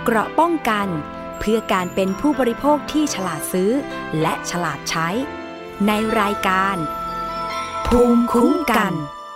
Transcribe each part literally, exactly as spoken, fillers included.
เกราะป้องกันเพื่อการเป็นผู้บริโภคที่ฉลาดซื้อและฉลาดใช้ในรายการภูมิคุ้มกัน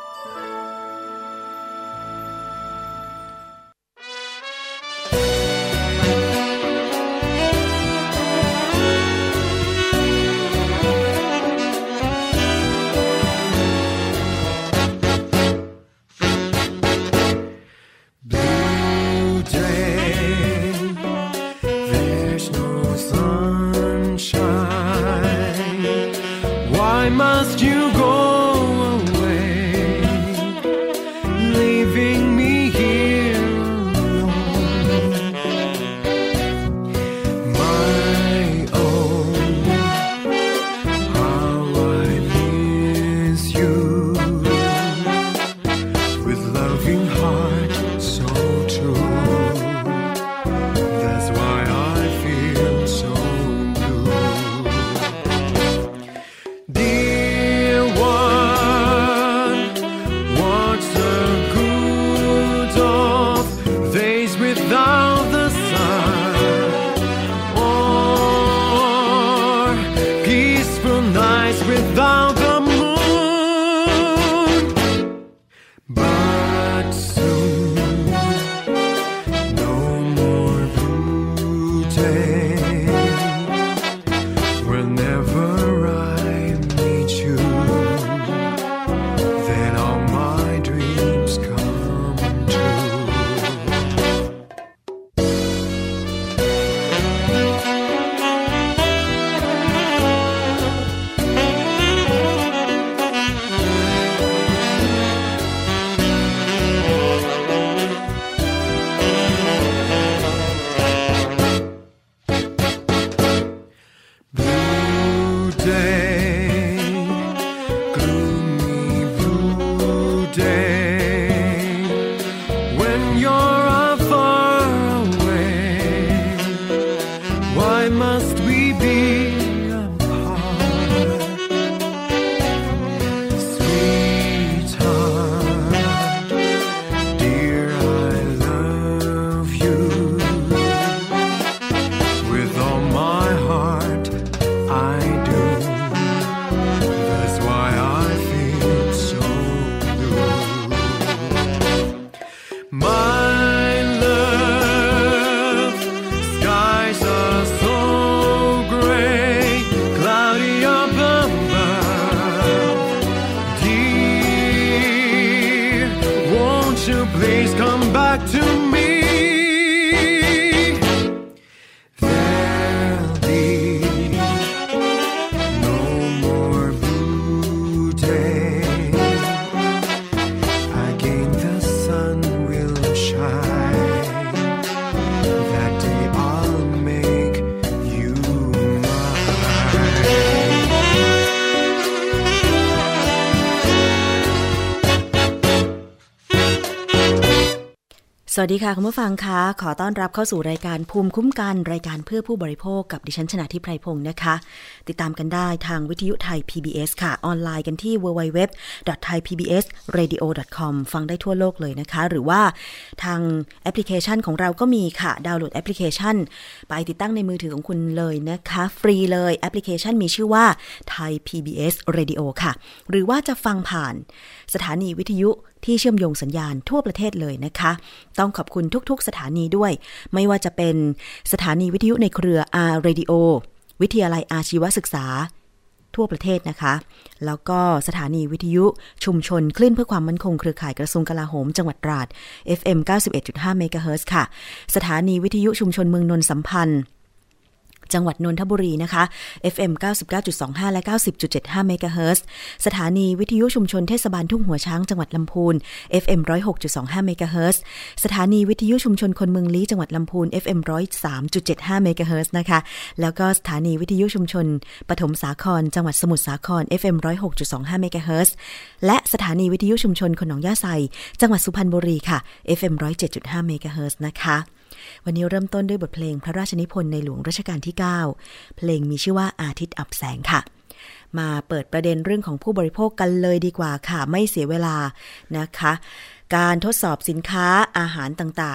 สวัสดีค่ะคุณผู้ฟังคะขอต้อนรับเข้าสู่รายการภูมิคุ้มกันรายการเพื่อผู้บริโภคกับดิฉันชนาธิปไพพงศ์นะคะติดตามกันได้ทางวิทยุไทย พี บี เอส ค่ะออนไลน์กันที่ ดับเบิลยู ดับเบิลยู ดับเบิลยู ดอท ไทย พี บี เอส เรดิโอ ดอท คอม ฟังได้ทั่วโลกเลยนะคะหรือว่าทางแอปพลิเคชันของเราก็มีค่ะดาวน์โหลดแอปพลิเคชันไปติดตั้งในมือถือของคุณเลยนะคะฟรีเลยแอปพลิเคชันมีชื่อว่า Thai พี บี เอส Radio ค่ะหรือว่าจะฟังผ่านสถานีวิทยุที่เชื่อมโยงสัญญาณทั่วประเทศเลยนะคะต้องขอบคุณทุกๆสถานีด้วยไม่ว่าจะเป็นสถานีวิทยุในเครือ R Radio วิทยาลัยอาชีวศึกษาทั่วประเทศนะคะแล้วก็สถานีวิทยุชุมชนคลื่นเพื่อความมั่นคงเครือข่ายกระทรวงกลาโหมจังหวัดตราด เอฟ เอ็ม เก้าสิบเอ็ดจุดห้า เมกะเฮิรตซ์ค่ะสถานีวิทยุชุมชนเมืองนนท์สัมพันธ์จังหวัดนนทบุรีนะคะ เอฟ เอ็ม เก้าสิบเก้าจุดสองห้า และ เก้าสิบจุดเจ็ดห้า เมกะเฮิรตซ์สถานีวิทยุชุมชนเทศบาลทุ่งหัวช้างจังหวัดลำพูน เอฟ เอ็ม หนึ่งร้อยหกจุดสองห้า เมกะเฮิรตซ์สถานีวิทยุชุมชนคนเมืองลี้จังหวัดลำพูน เอฟ เอ็ม หนึ่งร้อยสามจุดเจ็ดห้า เมกะเฮิรตซ์นะคะแล้วก็สถานีวิทยุชุมชนปฐมสาครจังหวัดสมุทรสาคร เอฟ เอ็ม หนึ่งร้อยหกจุดสองห้า เมกะเฮิรตซ์และสถานีวิทยุชุมชนคนหนองย่าไซจังหวัดสุพรรณบุรีค่ะ เอฟ เอ็ม หนึ่งร้อยเจ็ดจุดห้า เมกะเฮิรตซ์นะคะวันนี้เริ่มต้นด้วยบทเพลงพระราชนิพนธ์ในหลวงรัชกาลที่เก้าเพลงมีชื่อว่าอาทิตย์อับแสงค่ะมาเปิดประเด็นเรื่องของผู้บริโภคกันเลยดีกว่าค่ะไม่เสียเวลานะคะการทดสอบสินค้าอาหารต่างๆ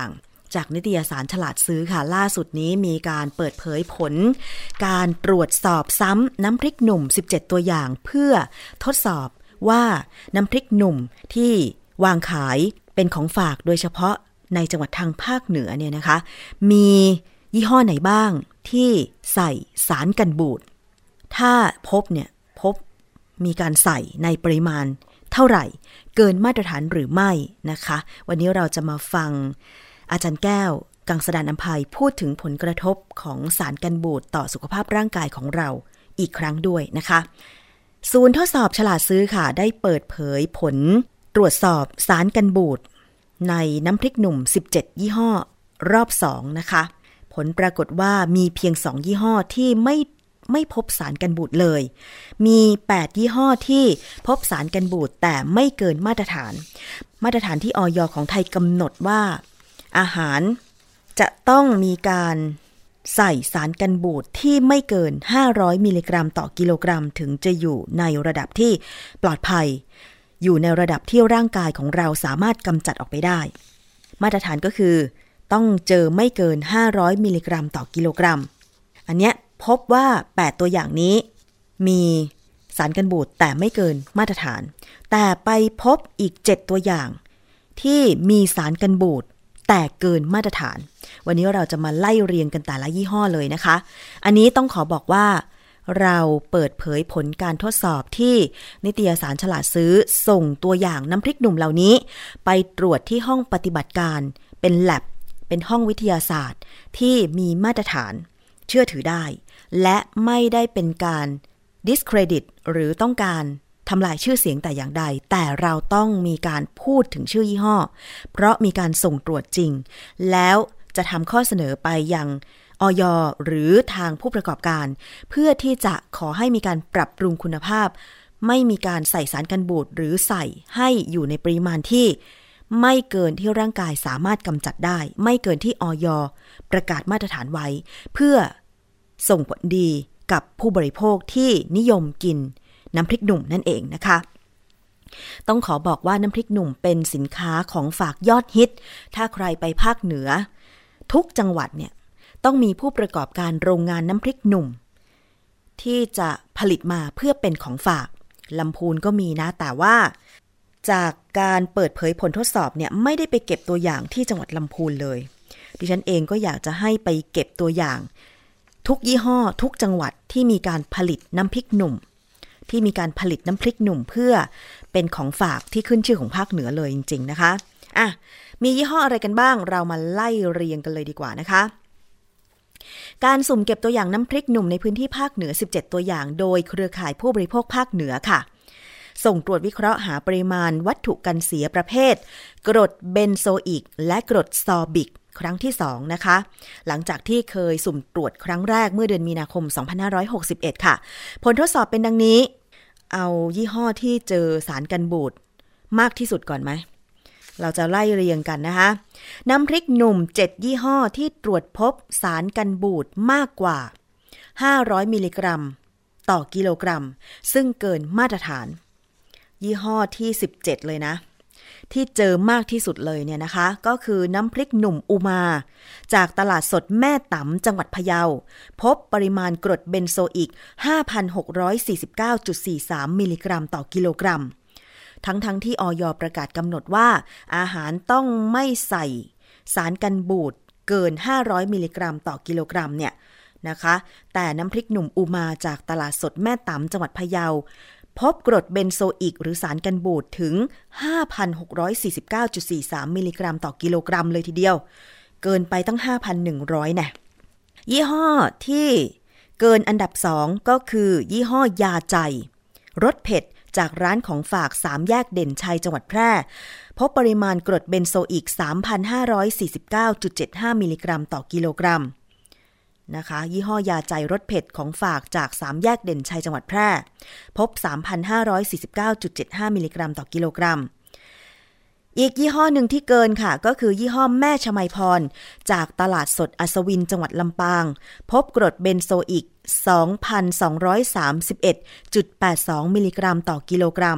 จากนิตยสารฉลาดซื้อค่ะล่าสุดนี้มีการเปิดเผยผลการตรวจสอบซ้ำน้ำพริกหนุ่มสิบเจ็ดตัวอย่างเพื่อทดสอบว่าน้ำพริกหนุ่มที่วางขายเป็นของฝากโดยเฉพาะในจังหวัดทางภาคเหนือเนี่ยนะคะมียี่ห้อไหนบ้างที่ใส่สารกันบูดถ้าพบเนี่ยพบมีการใส่ในปริมาณเท่าไหร่เกินมาตรฐานหรือไม่นะคะวันนี้เราจะมาฟังอาจารย์แก้วกังสดาลอำไพพูดถึงผลกระทบของสารกันบูดต่อสุขภาพร่างกายของเราอีกครั้งด้วยนะคะศูนย์ทดสอบฉลาดซื้อค่ะได้เปิดเผยผลตรวจสอบสารกันบูดในน้ำพริกหนุ่มสิบเจ็ดยี่ห้อรอบสองนะคะผลปรากฏว่ามีเพียงสองยี่ห้อที่ไม่ไม่พบสารกันบูดเลยมีแปดยี่ห้อที่พบสารกันบูดแต่ไม่เกินมาตรฐานมาตรฐานที่อย.ของไทยกำหนดว่าอาหารจะต้องมีการใส่สารกันบูดที่ไม่เกินห้าร้อยมิลลิกรัมต่อกิโลกรัมถึงจะอยู่ในระดับที่ปลอดภัยอยู่ในระดับที่ร่างกายของเราสามารถกำจัดออกไปได้มาตรฐานก็คือต้องเจอไม่เกินห้าร้อยมิลลิกรัมต่อกิโลกรัมอันเนี้ยพบว่าแปดตัวอย่างนี้มีสารกันบูดแต่ไม่เกินมาตรฐานแต่ไปพบอีกเจ็ดตัวอย่างที่มีสารกันบูดแต่เกินมาตรฐานวันนี้เราจะมาไล่เรียงกันแต่ละยี่ห้อเลยนะคะอันนี้ต้องขอบอกว่าเราเปิดเผยผลการทดสอบที่นิตยสารฉลาดซื้อส่งตัวอย่างน้ำพริกหนุ่มเหล่านี้ไปตรวจที่ห้องปฏิบัติการเป็น lab เป็นห้องวิทยาศาสตร์ที่มีมาตรฐานเชื่อถือได้และไม่ได้เป็นการ discredit หรือต้องการทำลายชื่อเสียงแต่อย่างใดแต่เราต้องมีการพูดถึงชื่อยี่ห้อเพราะมีการส่งตรวจจริงแล้วจะทำข้อเสนอไปยังอย.หรือทางผู้ประกอบการเพื่อที่จะขอให้มีการปรับปรุงคุณภาพไม่มีการใส่สารกันบูดหรือใส่ให้อยู่ในปริมาณที่ไม่เกินที่ร่างกายสามารถกำจัดได้ไม่เกินที่อย.ประกาศมาตรฐานไว้เพื่อส่งผลดีกับผู้บริโภคที่นิยมกินน้ำพริกหนุ่มนั่นเองนะคะต้องขอบอกว่าน้ำพริกหนุ่มเป็นสินค้าของฝากยอดฮิตถ้าใครไปภาคเหนือทุกจังหวัดเนี่ยต้องมีผู้ประกอบการโรงงานน้ำพริกหนุ่มที่จะผลิตมาเพื่อเป็นของฝากลำพูนก็มีนะแต่ว่าจากการเปิดเผยผลทดสอบเนี่ยไม่ได้ไปเก็บตัวอย่างที่จังหวัดลำพูนเลยดิฉันเองก็อยากจะให้ไปเก็บตัวอย่างทุกยี่ห้อทุกจังหวัดที่มีการผลิตน้ำพริกหนุ่มที่มีการผลิตน้ำพริกหนุ่มเพื่อเป็นของฝากที่ขึ้นชื่อของภาคเหนือเลยจริงๆนะคะอ่ะมียี่ห้ออะไรกันบ้างเรามาไล่เรียงกันเลยดีกว่านะคะการสุ่มเก็บตัวอย่างน้ำพริกหนุ่มในพื้นที่ภาคเหนือสิบเจ็ดตัวอย่างโดยเครือข่ายผู้บริโภคภาคเหนือค่ะส่งตรวจวิเคราะห์หาปริมาณวัตถุกันเสียประเภทกรดเบนโซอิกและกรดซอร์บิกครั้งที่สองนะคะหลังจากที่เคยสุ่มตรวจครั้งแรกเมื่อเดือนมีนาคมสองพันห้าร้อยหกสิบเอ็ดค่ะผลทดสอบเป็นดังนี้เอายี่ห้อที่เจอสารกันบูดมากที่สุดก่อนไหมเราจะไล่เรียงกันนะคะน้ำพริกหนุ่มเจ็ดยี่ห้อที่ตรวจพบสารกันบูดมากกว่าห้าร้อยมิลลิกรัมต่อกิโลกรัมซึ่งเกินมาตรฐานยี่ห้อที่สิบเจ็ดเลยนะที่เจอมากที่สุดเลยเนี่ยนะคะก็คือน้ำพริกหนุ่มอุมาจากตลาดสดแม่ต๋ำจังหวัดพะเยาพบปริมาณกรดเบนโซอิก ห้าพันหกร้อยสี่สิบเก้าจุดสี่สาม มิลลิกรัมต่อกิโลกรัมทั้งๆ ท, ที่อย.ประกาศกำหนดว่าอาหารต้องไม่ใส่สารกันบูดเกินห้าร้อยมิลลิกรัมต่อกิโลกรัมเนี่ยนะคะแต่น้ำพริกหนุ่มอุมาจากตลาดสดแม่ต๋ำจังหวัดพะเยาพบกรดเบนโซอิกหรือสารกันบูดถึง ห้าพันหกร้อยสี่สิบเก้าจุดสี่สาม มิลลิกรัมต่อกิโลกรัมเลยทีเดียวเกินไปตั้ง ห้าพันหนึ่งร้อย นะยี่ห้อที่เกินอันดับสองก็คือยี่ห้อยาใจรสเผ็ดจากร้านของฝากสามแยกเด่นชัยจังหวัดแพร่พบปริมาณกรดเบนโซอิก สามพันห้าร้อยสี่สิบเก้าจุดเจ็ดห้า มิลลิกรัมต่อกิโลกรัมนะคะยี่ห้อยาใจรสเผ็ดของฝากจากสามแยกเด่นชัยจังหวัดแพร่พบ สามพันห้าร้อยสี่สิบเก้าจุดเจ็ดห้า มิลลิกรัมต่อกิโลกรัมอีกยี่ห้อหนึ่งที่เกินค่ะก็คือยี่ห้อแม่ชมัยพรจากตลาดสดอัศวินจังหวัดลำปางพบกรดเบนโซอิก สองพันสองร้อยสามสิบเอ็ดจุดแปดสอง มิลลิกรัมต่อกิโลกรัม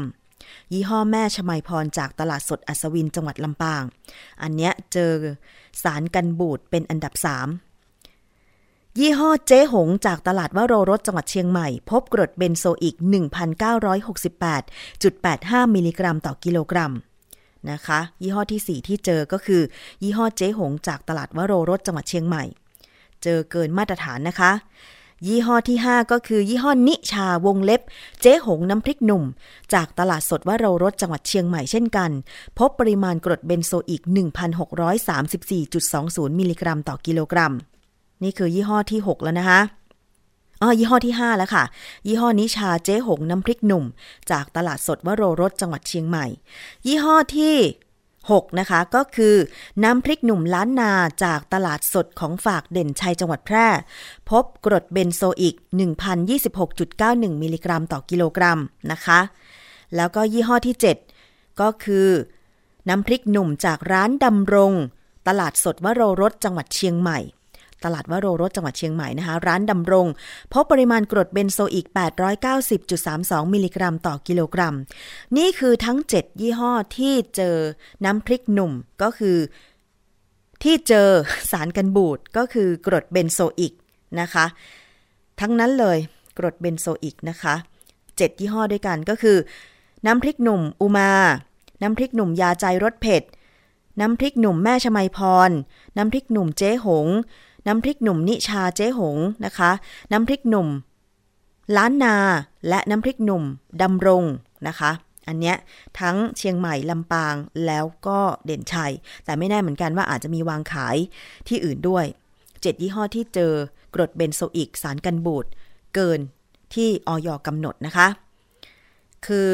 ยี่ห้อแม่ชมัยพรจากตลาดสดอัศวินจังหวัดลำปางอันเนี้ยเจอสารกันบูดเป็นอันดับสามยี่ห้อเจ๊หงจากตลาดวโรรสจังหวัดเชียงใหม่พบกรดเบนโซอิก หนึ่งพันเก้าร้อยหกสิบแปดจุดแปดห้า มิลลิกรัมต่อกิโลกรัมนะคะยี่ห้อที่สี่ที่เจอก็คือยี่ห้อเจ๊หงจากตลาดวโรรสจังหวัดเชียงใหม่เจอเกินมาตรฐานนะคะยี่ห้อที่ห้าก็คือยี่ห้อนิชาวงเล็บเจ๊หงน้ำพริกหนุ่มจากตลาดสดวโรรสจังหวัดเชียงใหม่เช่นกันพบปริมาณกรดเบนโซอิก หนึ่งพันหกร้อยสามสิบสี่จุดสองศูนย์ มิลลิกรัมต่อกิโลกรัมนี่คือยี่ห้อที่หกแล้วนะคะอ๋อยี่ห้อที่ห้าแล้วค่ะยี่ห้อนิชาเจ๊หงน้ำพริกหนุ่มจากตลาดสดวโรรสจังหวัดเชียงใหม่ยี่ห้อที่หกนะคะก็คือน้ำพริกหนุ่มล้านนาจากตลาดสดของฝากเด่นชัยจังหวัดแพร่พบกรดเบนโซอิก หนึ่งพันยี่สิบหกจุดเก้าหนึ่ง มิลลิกรัมต่อกิโลกรัมนะคะแล้วก็ยี่ห้อที่เจ็ดก็คือน้ำพริกหนุ่มจากร้านดำรงตลาดสดวโรรสจังหวัดเชียงใหม่ตลาดวโรรสจังหวัดเชียงใหม่นะคะร้านดำรงพบปริมาณกรดเบนโซอิก แปดร้อยเก้าสิบจุดสามสอง มิลลิกรัมต่อกิโลกรัมนี่คือทั้งเจ็ดยี่ห้อที่เจอน้ำพริกหนุ่มก็คือที่เจอสารกันบูดก็คือกรดเบนโซอิกนะคะทั้งนั้นเลยกรดเบนโซอิกนะคะเจ็ดยี่ห้อด้วยกันก็คือน้ำพริกหนุ่มอุมาน้ำพริกหนุ่มยาใจรสเผ็ดน้ำพริกหนุ่มแม่ชมัยพรน้ำพริกหนุ่มเจ๊หงน้ำพริกหนุ่มนิชาเจ๊หงนะคะน้ำพริกหนุ่มล้านนาและน้ำพริกหนุ่มดำรงนะคะอันเนี้ยทั้งเชียงใหม่ลำปางแล้วก็เด่นชัยแต่ไม่แน่เหมือนกันว่าอาจจะมีวางขายที่อื่นด้วยเจ็ดยี่ห้อที่เจอกรดเบนโซอิกสารกันบูดเกินที่อย.กำหนดนะคะคือ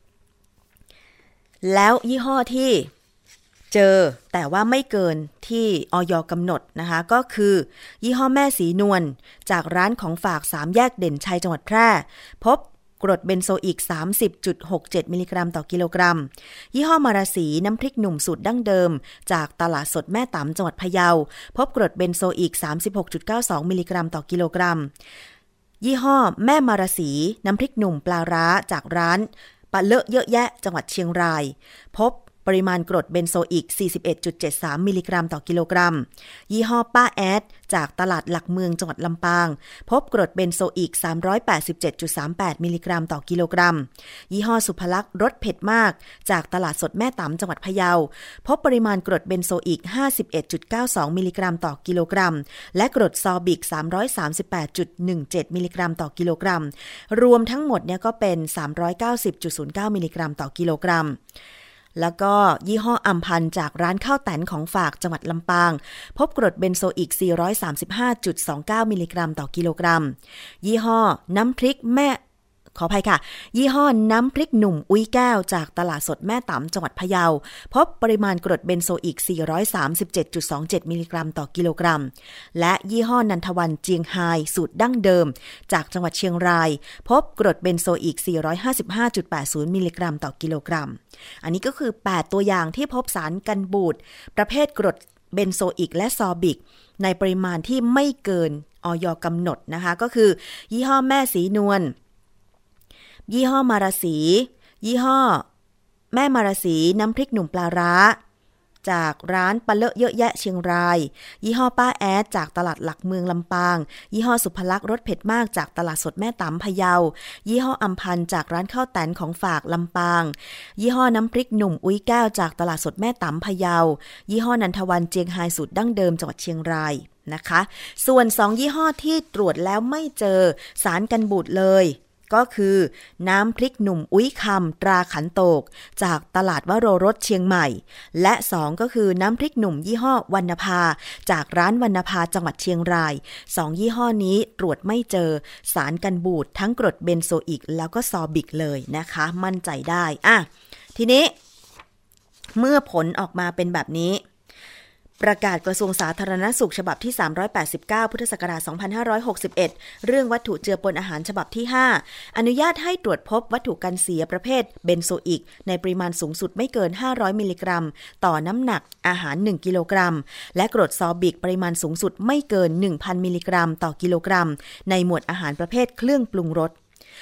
แล้วยี่ห้อที่เจอแต่ว่าไม่เกินที่อย.กำหนดนะคะก็คือยี่ห้อแม่สีนวลจากร้านของฝากสามแยกเด่นชัยจังหวัดแพร่พบกรดเบนโซอิก สามสิบจุดหกเจ็ด มิลลิกรัมต่อกิโลกรัมยี่ห้อมาราสีน้ำพริกหนุ่มสูตรดั้งเดิมจากตลาดสดแม่ต๋ำจังหวัดพะเยาพบกรดเบนโซอิก สามสิบหกจุดเก้าสอง มิลลิกรัมต่อกิโลกรัมยี่ห้อแม่มาราสีน้ำพริกหนุ่มปลาร้าจากร้านปะเลอะเยอะแยะจังหวัดเชียงรายพบปริมาณกรดเบนโซอิก สี่สิบเอ็ดจุดเจ็ดสาม มิลลิกรัมต่อกิโลกรัมยี่ห้อป้าแอดจากตลาดหลักเมืองจังหวัดลำปางพบกรดเบนโซอิก สามร้อยแปดสิบเจ็ดจุดสามแปด มิลลิกรัมต่อกิโลกรัมยี่ห้อสุภลักษณ์รสเผ็ดมากจากตลาดสดแม่ต๋ำจังหวัดพะเยาพบปริมาณกรดเบนโซอิก ห้าสิบเอ็ดจุดเก้าสอง มิลลิกรัมต่อกิโลกรัมและกรดซอบิก สามร้อยสามสิบแปดจุดหนึ่งเจ็ด มิลลิกรัมต่อกิโลกรัมรวมทั้งหมดเนี่ยก็เป็น สามร้อยเก้าสิบจุดศูนย์เก้า มิลลิกรัมต่อกิโลกรัมแล้วก็ยี่ห้ออัมพันธ์จากร้านข้าวแตนของฝากจังหวัดลำปางพบกรดเบนโซอิก สี่ร้อยสามสิบห้าจุดสองเก้า มิลลิกรัมต่อกิโลกรัมยี่ห้อน้ำพริกแม่ขออภัยค่ะยี่ห้อน้ำพริกหนุ่มอุ้ยแก้วจากตลาดสดแม่ต๋ำจังหวัดพะเยาพบปริมาณกรดเบนโซอิก สี่ร้อยสามสิบเจ็ดจุดสองเจ็ด มิลลิกรัมต่อกิโลกรัมและยี่ห้อนันทวันเจียงไฮสูตรดั้งเดิมจากจังหวัดเชียงรายพบกรดเบนโซอิก สี่ร้อยห้าสิบห้าจุดแปดศูนย์ มิลลิกรัมต่อกิโลกรัมอันนี้ก็คือแปดตัวอย่างที่พบสารกันบูดประเภทกรดเบนโซอิกและซอบิกในปริมาณที่ไม่เกินอย.กำหนดนะคะก็คือยี่ห้อแม่สีนวลยี่ห้อมาราสียี่ห้อแม่มาราสีน้ำพริกหนุ่มปลาร้าจากร้านปะเลอะเยอะแยะเชียงรายยี่ห้อป้าแอดจากตลาดหลักเมืองลำปางยี่ห้อสุภลักษณ์รสเผ็ดมากจากตลาดสดแม่ต๋ำพะเยายี่ห้ออัมพันธ์จากร้านข้าวแตนของฝากลำปางยี่ห้อน้ำพริกหนุ่มอุ้ยแก้วจากตลาดสดแม่ต๋ำพะเยายี่ห้อนันทวันเจียงไฮสูตรดั้งเดิมจังหวัดเชียงรายนะคะส่วนสองยี่ห้อที่ตรวจแล้วไม่เจอสารกันบูดเลยก็คือน้ำพริกหนุ่มอุ้ยคำตราขันโตกจากตลาดวโรรสเชียงใหม่และสองก็คือน้ำพริกหนุ่มยี่ห้อวรรณภาจากร้านวรรณภาจังหวัดเชียงรายสองยี่ห้อนี้ตรวจไม่เจอสารกันบูดทั้งกรดเบนโซอิกแล้วก็ซอบิกเลยนะคะมั่นใจได้อ่ะทีนี้เมื่อผลออกมาเป็นแบบนี้ประกาศกระทรวงสาธารณสุขฉบับที่สามร้อยแปดสิบเก้าพุทธศักราชสองพันห้าร้อยหกสิบเอ็ดเรื่องวัตถุเจือปนอาหารฉบับที่ห้าอนุญาตให้ตรวจพบวัตถุกันเสียประเภทเบนโซอิกในปริมาณสูงสุดไม่เกินห้าร้อยมิลลิกรัมต่อน้ำหนักอาหารหนึ่งกิโลกรัมและกรดซอบิกปริมาณสูงสุดไม่เกิน หนึ่งพัน มิลลิกรัมต่อกิโลกรัมในหมวดอาหารประเภทเครื่องปรุงรส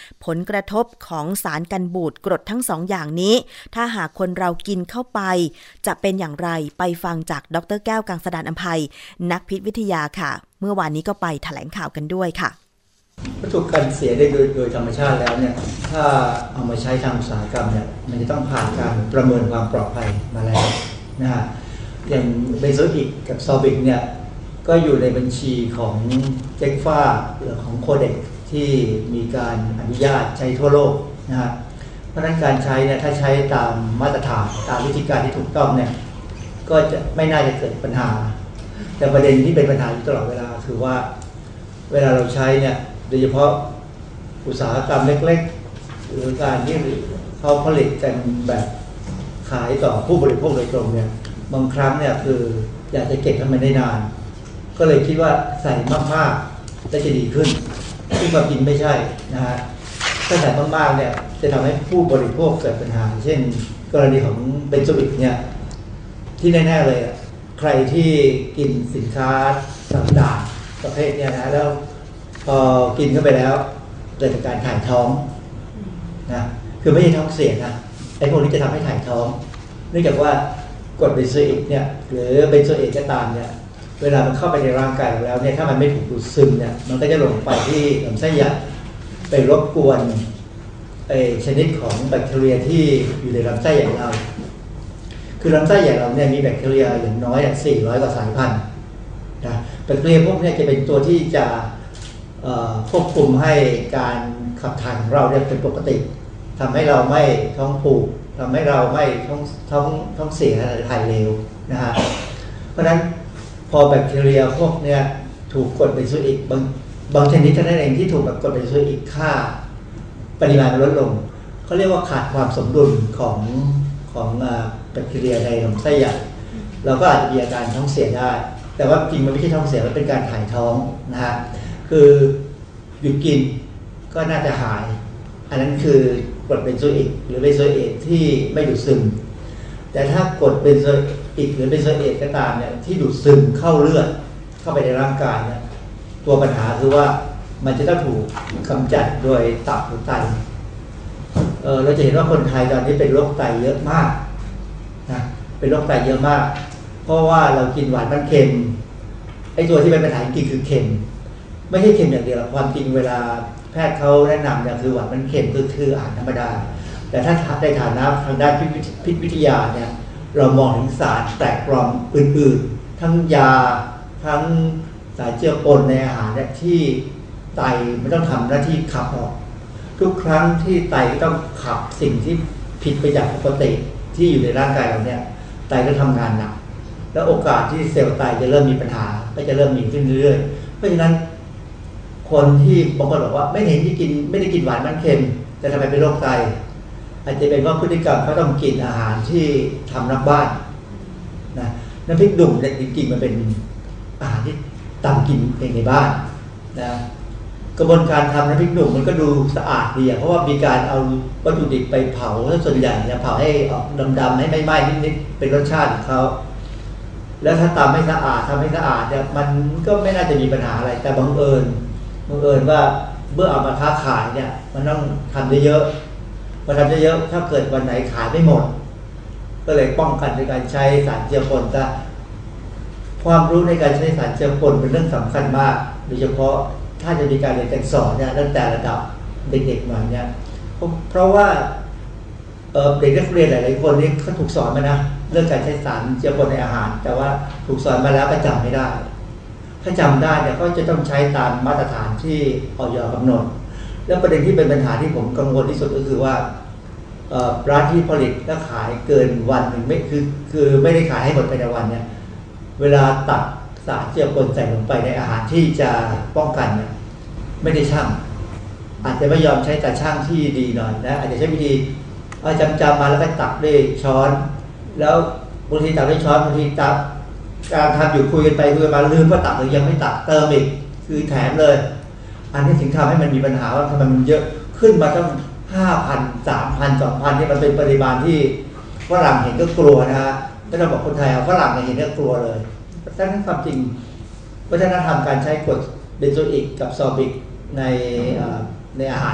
ผลกระทบของสารกันบูดกรดทั้งสองอย่างนี้ถ้าหากคนเรากินเข้าไปจะเป็นอย่างไรไปฟังจากดร.แก้วกังสดาลอำไพนักพิษวิทยาค่ะเมื่อวานนี้ก็ไปแถลงข่าวกันด้วยค่ะวัตถุกันเสียได้โดยโดยธรรมชาติแล้วเนี่ยถ้าเอามาใช้ทางอุตสาหกรรมเนี่ยมันจะต้องผ่านการประเมินความปลอดภัยมาแล้วนะฮะอย่างเบนโซอิกกับซอบิกเนี่ยก็อยู่ในบัญชีของเจคฟ้าหรือของโคเด็กที่มีการอนุญาตใช้ทั่วโลกนะฮะเพราะฉะนั้นการใช้เนี่ยถ้าใช้ตามมาตรฐานตามวิธีการที่ถูกต้องเนี่ยก็จะไม่น่าจะเกิดปัญหาแต่ประเด็นที่เป็นปัญหาอยู่ตลอดเวลาคือว่าเวลาเราใช้เนี่ยโดยเฉพาะอุตสาหกรรมเล็กๆหรือการที่เขาผลิตกันแบบขายต่อผู้บริโภคโดยตรงเนี่ยบางครั้งเนี่ยคืออยากจะเก็บให้มันได้นานก็เลยคิดว่าใส่มากๆจะดีขึ้นซึ่งความจริงไม่ใช่นะฮะถ้าใส่มากๆเนี่ยจะทำให้ผู้บริโภคเกิดปัญหาเช่นกรณีของเบนโซอิกเนี่ยที่แน่ๆเลยใครที่กินสินค้าต่างๆประเภทเนี่ยนะแล้วพอกินเข้าไปแล้วเกิดจากการถ่ายท้องนะคือไม่ใช่ท้องเสียนะไอ้พวกนี้จะทำให้ถ่ายท้องเนื่องจากว่ากรดเบนโซอิกเนี่ยหรือเบนโซเอทก็ตามเนี่ยเวลามันเข้าไปในร่างกายแล้วเนี่ยถ้ามันไม่ถูกดูดซึมเนี่ยมันก็จะลงไปที่ลำไส้ใหญ่ไปรบกวนไอ้ชนิดของแบคทีเรียที่อยู่ในลำไส้ใหญ่เราคือลำไส้ใหญ่เราเนี่ยมีแบคทีเรียอย่างน้อยสี่ร้อยกว่าสายพันธุ์นะแบคทีเรียพวกนี้จะเป็นตัวที่จะควบคุมให้การขับถ่ายของเราเนี่ยเป็นปกติทำให้เราไม่ท้องผูกทำให้เราไม่ท้องท้องท้องเสียหรือถ่ายเร็วนะฮะเพราะฉะนั้นพอแบคทีเรียพวกเนี้ยถูกกรดเบนโซอิกบางบางชนิดเท่านั้นเองที่ถูกแบบกรดเบนโซอิกค่าปริมาณลดลงเขาเรียกว่าขาดความสมดุลของของแบคทีเรียในลำไส้ใหญ่เราก็อาจจะมีอาการท้องเสียได้แต่ว่าจริงมันไม่ใช่ท้องเสียมันเป็นการถ่ายท้องนะฮะคือหยุดกินก็น่าจะหายอันนั้นคือกรดเบนโซอิกหรือเบนโซเอทที่ไม่ดูดซึมแต่ถ้ากรดเบนโซอิกหรือเบนโซเอทก็ตามเนี่ยที่ดูดซึมเข้าเลือดเข้าไปในร่างกายเนี่ยตัวปัญหาคือว่ามันจะต้องถูกกำจัดโดยตับหรือไตเออเราจะเห็นว่าคนไทยตอนนี้เป็นโรคไตเยอะมากนะเป็นโรคไตเยอะมากเพราะว่าเรากินหวานมันเค็มไอ้ตัวที่เป็นปัญหาจริงคือเค็มไม่ใช่เค็มอย่างเดียวความจริงเวลาแพทย์เขาแนะนำเนี่ยคือหวานมันเค็มคือคืออาหารธรรมดาแต่ถ้าในฐานะทางด้านพิษวิทยาเนี่ยเรามองถึงสารแปลกปลอมอื่นๆทั้งยาทั้งสารเจือปนในอาหารเนี่ยที่ไตไม่ต้องทำหน้าที่ขับออกทุกครั้งที่ไตต้องขับสิ่งที่ผิดไปจากปกติที่อยู่ในร่างกายเราเนี่ยไตก็ทำงานหนักแล้วโอกาสที่เซลล์ไตจะเริ่มมีปัญหาก็จะเริ่มมีขึ้นเรื่อยๆเพราะฉะนั้นคนที่บางคนบอกว่าไม่เห็นที่กินไม่ได้กินหวานมันเค็มแต่ทำไมเป็นโรคไตอาจจะเป็นว่าพฤติกรรมเขาต้องกินอาหารที่ทำนอกบ้านนะน้ำพริกดุ่มเนี่ยจริงๆมันเป็นอาหารที่ตำกินเองในบ้านนะกระบวนการทำน้ำพริกดุ่มมันก็ดูสะอาดดีเพราะว่ามีการเอาวัตถุดิบไปเผาส่วนใหญ่เนี่ยเผาให้ออกดำๆให้ไม่ไหม้นิดๆเป็นรสชาติของเขาแล้วถ้าตำไม่สะอาดทำให้สะอาดเนี่ยมันก็ไม่น่าจะมีปัญหาอะไรแต่บังเอิญบังเอิญว่าเมื่อเอามาค้าขายเนี่ยมันต้องทำเยอะๆพอทำเยอะๆถ้าเกิดวันไหนขายไม่หมดก็เลยป้องกันในการใช้สารเจือปนซะความรู้ในการใช้สารเจือปนเป็นเรื่องสำคัญมากโดยเฉพาะถ้าจะมีการเรียนการสอนเนี่ยตั้งแต่ระดับเด็กๆมาเนี่ยเพราะว่าเด็กนักเรียนหลายๆคนนี่เขาถูกสอนมานะเรื่องการใช้สารเจือปนในอาหารแต่ว่าถูกสอนมาแล้วก็จำไม่ได้ถ้าจำได้เนี่ยก็จะต้องใช้ตามมาตรฐานที่อย.กำหนดแล้วประเด็นที่เป็นปัญหาที่ผมกังวลที่สุดก็คือว่าร้านที่ผลิตและขายเกินวันหนึ่งไม่คือคือไม่ได้ขายให้หมดภายในวันเนี่ยเวลาตักสารเจือปนใส่ลงไปในอาหารที่จะป้องกันเนี่ยไม่ได้ชั่งอาจจะไม่ยอมใช้ตาชั่งที่ดีหน่อยนะอาจจะใช้วิธีเอาจำจำมาแล้วก็ตักด้วยช้อนแล้วบางทีตักด้วยช้อนบางทีตักการทำอยู่คุยกันไปคุยกันมาลืมว่าตักหรือยังไม่ตักเติมอีกคือแถมเลยอันนี้ถึงทำให้มันมีปัญหาว่าทำไมมันเยอะขึ้นมาตั้งห้าพันสามพันสองพันนี่มันเป็นปริมาณที่ฝรั่งเห็นก็กลัวนะฮะไม่ต้องบอกคนไทยเอาฝรั่งเห็นก็กลัวเลยแต่นั้นความจริงวัฒนธรรมการใช้กรดเบนโซอิกกับซอบิกในในอาหารเนี่ย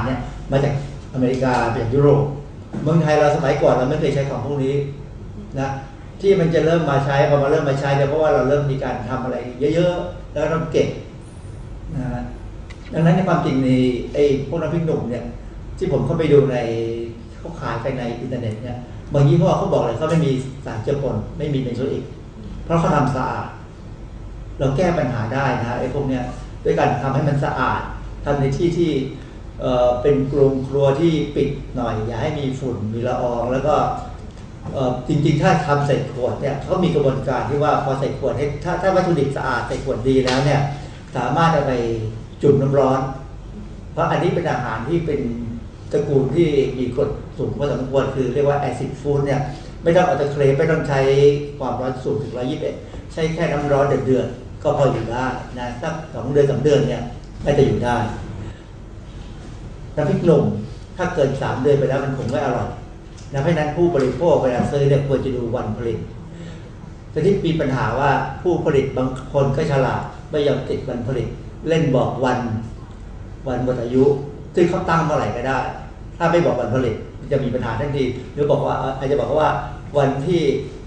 มาจากอเมริกามาจากยุโรปเมืองไทยเราสมัยก่อนเราไม่เคยใช้ของพวกนี้นะที่มันจะเริ่มมาใช้พอมาเริ่มมาใช้เนี่ยเพราะว่าเราเริ่มมีการทำอะไรเยอะๆแล้วเราเก่งนะดังนั้นในความจริงในไอ้พวกน้ำพริกหนุ่มเนี่ยที่ผมเข้าไปดูในเขาขายกันในอินเทอร์เน็ตเนี่ยบางยี่ห้อเขาบอกเลยเขาไม่มีสารเจือปนไม่มีเบนโซอิกเพราะเขาทำสะอาดเราแก้ปัญหาได้นะไอ้พวกเนี้ยด้วยการทำให้มันสะอาดทำในที่ที่เอ่อเป็นกรงครัวที่ปิดหน่อยอย่าให้มีฝุ่นมีละอองแล้วก็จริงๆถ้าทำใส่ขวดเนี่ยเขามีกระบวนการที่ว่าพอใส่ขวดให้ถ้าถ้าวัตถุดิบสะอาดใส่ขวดดีแล้วเนี่ยสามารถเอาไปจุ่มน้ำร้อนเพราะอันนี้เป็นอาหารที่เป็นตระกูลที่มีกรดสูงพอสมควรคือเรียกว่าแอซิดฟู้ดเนี่ยไม่ต้องเอาตะเคลไม่ต้องใช้ความร้อนสูงถึงหนึ่งร้อยยี่สิบเอ็ดใช้แค่น้ำร้อนเดือดๆก็พออยู่ได้นะสักสองเดือนสามเดือนเนี่ยน่าจะอยู่ได้น้ำพริกหนุ่มถ้าเกินสามเดือนไปแล้วมันคงไม่อร่อยนะเพราะนั้นผู้บริโภคเวลาซื้อเนี่ยควรจะดูวันผลิตแต่ที่มีปัญหาว่าผู้ผลิตบางคนก็ฉลาดไม่ยอมติดวันผลิตเล่นบอกวันวันหมดอายุซึ่งเขาตั้งเมื่อไหร่ก็ได้ถ้าไม่บอกวันผลิตจะมีปัญหาทันทีหรือบอกว่าอาจจะบอกว่าวันที่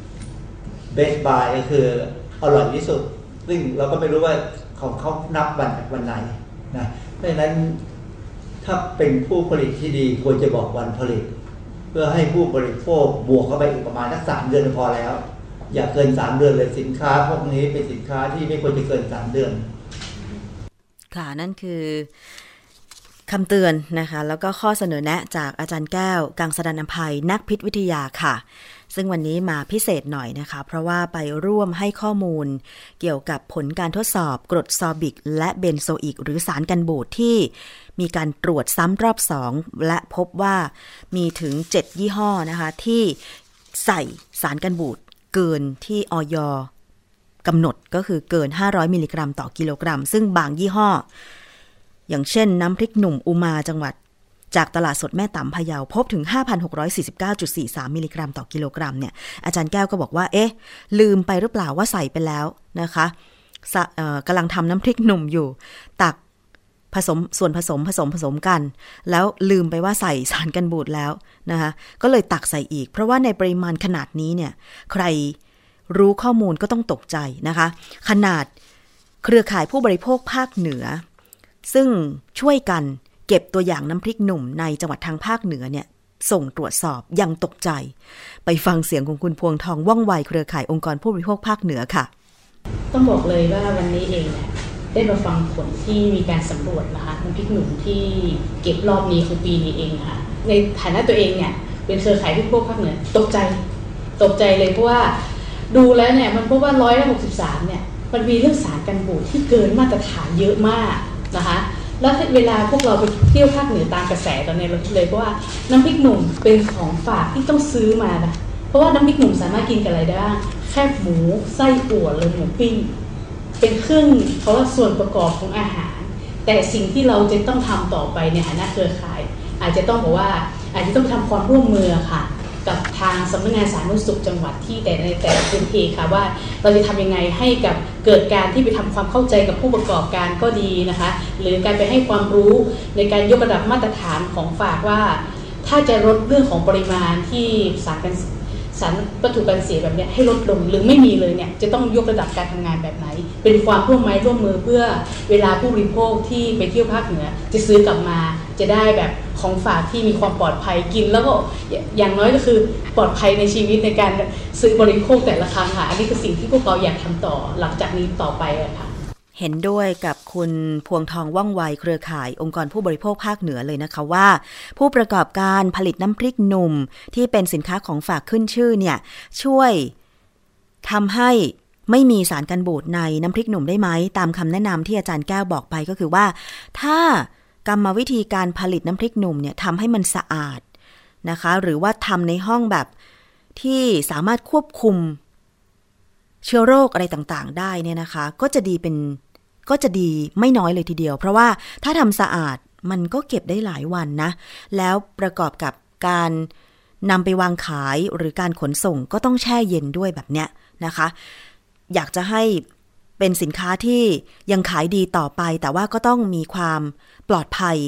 best buy ก็คืออร่อยที่สุดซึ่งเราก็ไม่รู้ว่าของเขานับวันจากวันไหนนะเพราะฉะนั้นถ้าเป็นผู้ผลิตที่ดีควรจะบอกวันผลิตเพื่อให้ผู้บริโภคบวกเข้าไปอีกประมาณสักสามเดือนพอแล้วอย่าเกินสามเดือนเลยสินค้าพวกนี้เป็นสินค้าที่ไม่ควรจะเกินสามเดือนค่ะนั่นคือคำเตือนนะคะแล้วก็ข้อเสนอแนะจากอาจารย์แก้วกังสดาลอำไพนักพิษวิทยาค่ะซึ่งวันนี้มาพิเศษหน่อยนะคะเพราะว่าไปร่วมให้ข้อมูลเกี่ยวกับผลการทดสอบกรดซอบิกและเบนโซอิกหรือสารกันบูดที่มีการตรวจซ้ำรอบสองและพบว่ามีถึงเจ็ดยี่ห้อนะคะที่ใส่สารกันบูดเกินที่อย.กำหนดก็คือเกินห้าร้อยมิลลิกรัมต่อกิโลกรัมซึ่งบางยี่ห้ออย่างเช่นน้ำพริกหนุ่มอุมาจังหวัดจากตลาดสดแม่ตำพะเยาพบถึง ห้าพันหกร้อยสี่สิบเก้าจุดสี่สาม มิลลิกรัมต่อกิโลกรัมเนี่ยอาจารย์แก้วก็บอกว่าเอ๊ะลืมไปหรือเปล่าว่าใส่ไปแล้วนะคะกำลังทำน้ำพริกหนุ่มอยู่ตักผสมส่วนผสมผสมผสมกันแล้วลืมไปว่าใส่สารกันบูดแล้วนะคะก็เลยตักใส่อีกเพราะว่าในปริมาณขนาดนี้เนี่ยใครรู้ข้อมูลก็ต้องตกใจนะคะขนาดเครือข่ายผู้บริโภคภาคเหนือซึ่งช่วยกันเก็บตัวอย่างน้ำพริกหนุ่มในจังหวัดทางภาคเหนือเนี่ยส่งตรวจสอบยังตกใจไปฟังเสียงของคุณพวงทองว่องไวเครือข่ายองค์กรผู้บริโภคภาคเหนือค่ะต้องบอกเลยว่าวันนี้เองเนี่ยได้มาฟังผลที่มีการสำรวจนะคะน้ำพริกหนุ่มที่เก็บรอบนี้ของปีนี้เองค่ะในฐานะตัวเองเนี่ยเป็นเครือข่ายผู้บริโภคภาคเหนือตกใจตกใจเลยเพราะว่าดูแล้วเนี่ยมันพบว่าร้อยละหกสิบสามเนี่ยมันมีเรื่องสารกันบูดที่เกินมาตรฐานเยอะมากนะคะแล้วเวลาพวกเราไปเที่ยวภาคเหนือตามกระแสตอนนี้เราเลยเพราะว่าน้ำพริกหนุ่มเป็นของฝากที่ต้องซื้อมานะเพราะว่าน้ำพริกหนุ่มสามารถกินกับอะไรได้บ้างแคบหมูไส้อั่วหรือหมูปิ้งเป็นเครื่องเพราะว่าส่วนประกอบของอาหารแต่สิ่งที่เราจะต้องทำต่อไปในฐานะเครือข่ายอาจจะต้องบอกว่าอาจจะต้องทำความร่วมมือค่ะกับทางสำนักงานสาธารณสุขจังหวัดที่แต่ในแต่ละพื้นที่ค่ะว่าเราจะทำยังไงให้กับเกิดการที่ไปทำความเข้าใจกับผู้ประกอบการก็ดีนะคะหรือการไปให้ความรู้ในการยกระดับมาตรฐานของฝากว่าถ้าจะลดเรื่องของปริมาณที่สารกันสารวัตถุกันเสียแบบนี้ให้ลดลงหรือไม่มีเลยเนี่ยจะต้องยกระดับการทำงานแบบไหนเป็นความร่วมไม้ร่วมมือเพื่อเวลาผู้บริโภคที่ไปเที่ยวภาคเหนือจะซื้อกลับมาจะได้แบบของฝากที่มีความปลอดภัยกินแล้วก็อย่างน้อยก็คือปลอดภัยในชีวิตในการซื้อบริโภคแต่ละครั้งค่ะอันนี้คือสิ่งที่พวกเราอยากทำต่อหลังจากนี้ต่อไปค่ะเห็นด้วยกับคุณพวงทองว่องไวเครือข่ายองค์กรผู้บริโภคภาคเหนือเลยนะคะว่าผู้ประกอบการผลิตน้ำพริกหนุ่มที่เป็นสินค้าของฝากขึ้นชื่อเนี่ยช่วยทำให้ไม่มีสารกันบูดในน้ำพริกหนุ่มได้ไหมตามคำแนะนำที่อาจารย์แก้วบอกไปก็คือว่าถ้ากรรมวิธีการผลิตน้ำพริกหนุ่มเนี่ยทำให้มันสะอาดนะคะหรือว่าทำในห้องแบบที่สามารถควบคุมเชื้อโรคอะไรต่างๆได้เนี่ยนะคะก็จะดีเป็นก็จะดีไม่น้อยเลยทีเดียวเพราะว่าถ้าทำสะอาดมันก็เก็บได้หลายวันนะแล้วประกอบกับการนำไปวางขายหรือการขนส่งก็ต้องแช่เย็นด้วยแบบเนี้ยนะคะอยากจะให้เป็นสินค้าที่ยังขายดีต่อไปแต่ว่าก็ต้องมีความปลอดภัย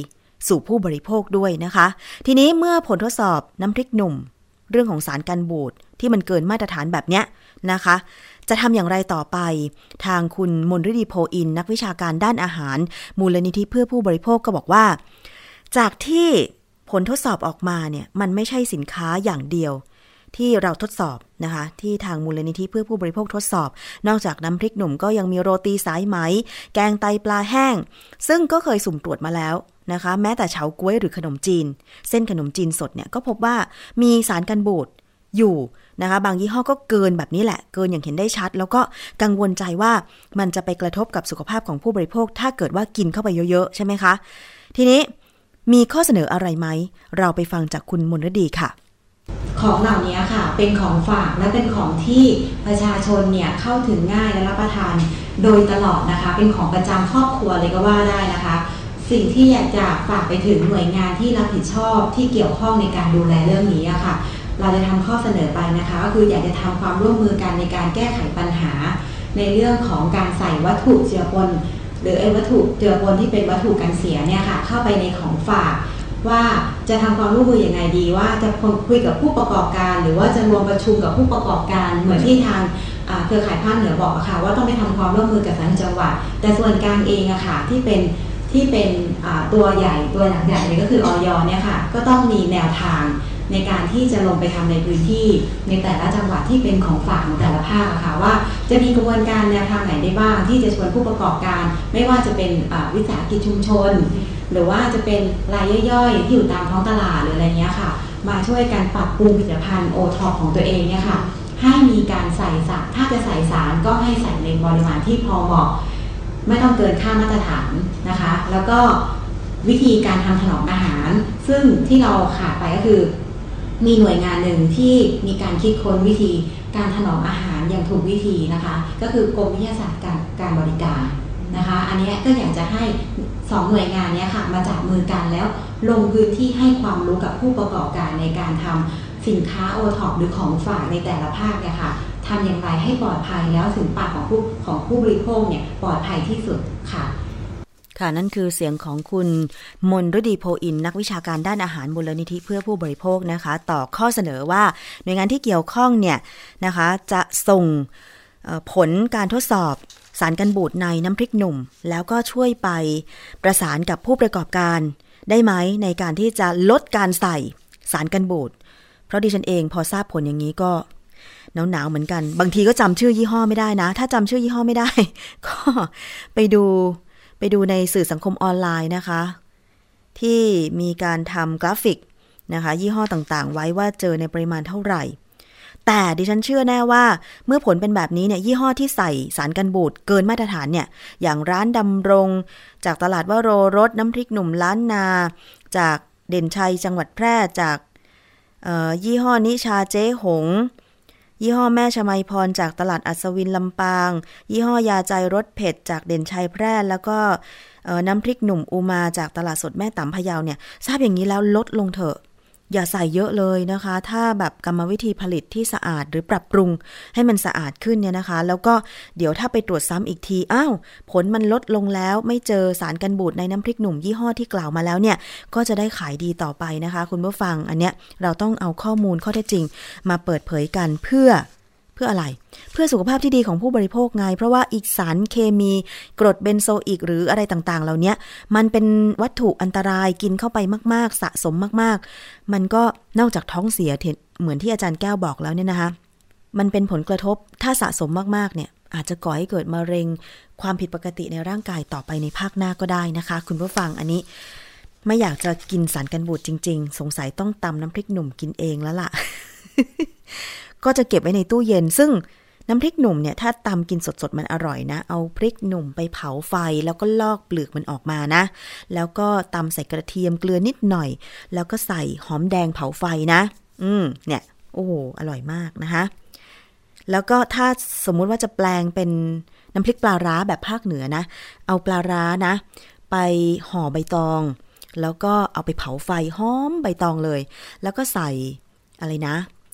สู่ผู้บริโภคด้วยนะคะทีนี้เมื่อผลทดสอบน้ำพริกหนุ่มเรื่องของสารกันบูดที่มันเกินมาตรฐานแบบเนี้ยนะคะจะทำอย่างไรต่อไปทางคุณมนฤดีโพอินนักวิชาการด้านอาหารมูลนิธิเพื่อผู้บริโภคก็บอกว่าจากที่ผลทดสอบออกมาเนี่ยมันไม่ใช่สินค้าอย่างเดียวที่เราทดสอบนะคะที่ทางมูลนิธิเพื่อผู้บริโภคทดสอบนอกจากน้ำพริกหนุ่มก็ยังมีโรตีสายไหมแกงไตปลาแห้งซึ่งก็เคยสุ่มตรวจมาแล้วนะคะแม้แต่เฉาก๊วยหรือขนมจีนเส้นขนมจีนสดเนี่ยก็พบว่ามีสารกันบูดอยู่นะคะบางยี่ห้อก็เกินแบบนี้แหละเกินอย่างเห็นได้ชัดแล้วก็กังวลใจว่ามันจะไปกระทบกับสุขภาพของผู้บริโภคถ้าเกิดว่ากินเข้าไปเยอะๆใช่ไหมคะทีนี้มีข้อเสนออะไรไหมเราไปฟังจากคุณมนฤดีค่ะของเหล่านี้ค่ะเป็นของฝากและเป็นของที่ประชาชนเนี่ยเข้าถึงง่ายและรับประทานโดยตลอดนะคะเป็นของประจำครอบครัวเลยก็ว่าได้นะคะสิ่งที่อยากจะฝากไปถึงหน่วยงานที่รับผิดชอบที่เกี่ยวข้องในการดูแลเรื่องนี้ค่ะเราจะทำข้อเสนอไปนะคะก็คืออยากจะทำความร่วมมือกันในการแก้ไขปัญหาในเรื่องของการใส่วัตถุเจือปนหรือไอ้วัตถุเจือปนที่เป็นวัตถุกันเสียเนี่ยค่ะเข้าไปในของฝากว่าจะทำความร่วมมืออย่างไรดีว่าจะคุยกับผู้ประกอบการหรือว่าจะรวมประชุมกับผู้ประกอบการเหมือนที่ทางเครือข่ายภาคเหนือบอกอะค่ะว่าต้องไปทำความร่วมมือกับทางจังหวัดแต่ส่วนกลางเองอะค่ะที่เป็นที่เป็นตัวใหญ่ตัวหลักใหญ่เลยก็คืออย.เนี่ยค่ะก็ต้องมีแนวทางในการที่จะลงไปทำในพื้นที่ในแต่ละจังหวัดที่เป็นของฝากของแต่ละภาคอะค่ะว่าจะมีกระบวนการแนวทางไหนได้บ้างที่จะชวนผู้ประกอบการไม่ว่าจะเป็นวิสาหกิจชุมชนหรือว่าจะเป็นรายย่อยๆที่อยู่ตามท้องตลาดหรืออะไรเงี้ยค่ะมาช่วยกันปรับปรุงผลิตภัณฑ์โอท็อปของตัวเองเนี่ยค่ะให้มีการใส่สารถ้าจะใส่สารก็ให้ใส่ในปริมาณที่พอเหมาะไม่ต้องเกินค่ามาตรฐานนะคะแล้วก็วิธีการทำถนอมอาหารซึ่งที่เราขาดไปก็คือมีหน่วยงานหนึ่งที่มีการคิดค้นวิธีการถนอมอาหารอย่างถูกวิธีนะคะก็คือกรมวิทยาศาสตร์การการบริการนะคะอันนี้ก็อยากจะให้สองหน่วยงานนี้ค่ะมาจับมือกันแล้วลงพื้นที่ให้ความรู้กับผู้ประกอบการในการทำสินค้าโอท็อปหรือของฝากในแต่ละภาคเนี่ยค่ะทำอย่างไรให้ปลอดภัยแล้วถึงปากของผู้ของผู้บริโภคเนี่ยปลอดภัยที่สุดค่ะค่ะนั่นคือเสียงของคุณมนฤดีโพอินนักวิชาการด้านอาหารมูลนิธิเพื่อผู้บริโภคนะคะต่อข้อเสนอว่าหน่วยงานที่เกี่ยวข้องเนี่ยนะคะจะส่งผลการทดสอบสารกันบูดในน้ำพริกหนุ่มแล้วก็ช่วยไปประสานกับผู้ประกอบการได้ไหมในการที่จะลดการใส่สารกันบูดเพราะดิฉันเองพอทราบผลอย่างนี้ก็หนาวๆเหมือนกันบางทีก็จำชื่อยี่ห้อไม่ได้นะถ้าจำชื่อยี่ห้อไม่ได้ก็ไปดูไปดูในสื่อสังคมออนไลน์นะคะที่มีการทำกราฟิกนะคะยี่ห้อต่างๆไว้ว่าเจอในปริมาณเท่าไหร่แต่ดิฉันเชื่อแน่ว่าเมื่อผลเป็นแบบนี้เนี่ยยี่ห้อที่ใส่สารกันบูดเกินมาตรฐานเนี่ยอย่างร้านดำรงจากตลาดวโรรสน้ำพริกหนุ่มล้านนาจากเด่นชัยจังหวัดแพร่จากยี่ห้อนิชาเจ๊หงยี่ห้อแม่ชมัยพรจากตลาดอัศวินลำปางยี่ห้อยาใจรสเผ็ดจากเด่นชัยแพร่แล้วก็น้ำพริกหนุ่มอุมาจากตลาดสดแม่ตำพะเยาเนี่ยทราบอย่างนี้แล้วลดลงเถอะอย่าใส่เยอะเลยนะคะถ้าแบบกรรมวิธีผลิตที่สะอาดหรือปรับปรุงให้มันสะอาดขึ้นเนี่ยนะคะแล้วก็เดี๋ยวถ้าไปตรวจซ้ำอีกทีอ้าวผลมันลดลงแล้วไม่เจอสารกันบูดในน้ำพริกหนุ่มยี่ห้อที่กล่าวมาแล้วเนี่ยก็จะได้ขายดีต่อไปนะคะคุณผู้ฟังอันเนี้ยเราต้องเอาข้อมูลข้อเท็จจริงมาเปิดเผยกันเพื่อเพื่ออะไรเพื่อสุขภาพที่ดีของผู้บริโภคไงเพราะว่าอีกสารเคมีกรดเบนโซอิกหรืออะไรต่างๆเหล่านี้มันเป็นวัตถุอันตรายกินเข้าไปมากๆสะสมมากๆมันก็นอกจากท้องเสียเหมือนที่อาจารย์แก้วบอกแล้วเนี่ยนะคะมันเป็นผลกระทบถ้าสะสมมากๆเนี่ยอาจจะก่อให้เกิดมะเร็งความผิดปกติในร่างกายต่อไปในภาคหน้าก็ได้นะคะคุณผู้ฟังอันนี้ไม่อยากจะกินสารกันบูดจริงๆสงสัยต้องตำน้ำพริกหนุ่มกินเองแล้วล่ะ ก็จะเก็บไว้ในตู้เย็นซึ่งน้ำพริกหนุ่มเนี่ยถ้าตำกินสดๆมันอร่อยนะเอาพริกหนุ่มไปเผาไฟแล้วก็ลอกเปลือกมันออกมานะแล้วก็ตำใส่กระเทียมเกลือนิดหน่อยแล้วก็ใส่หอมแดงเผาไฟนะอืมเนี่ยโอ้โหอร่อยมากนะคะแล้วก็ถ้าสมมุติว่าจะแปลงเป็นน้ำพริกปลาร้าแบบภาคเหนือนะเอาปลาร้านะไปห่อใบตองแล้วก็เอาไปเผาไฟหอมใบตองเลยแล้วก็ใส่อะไรนะ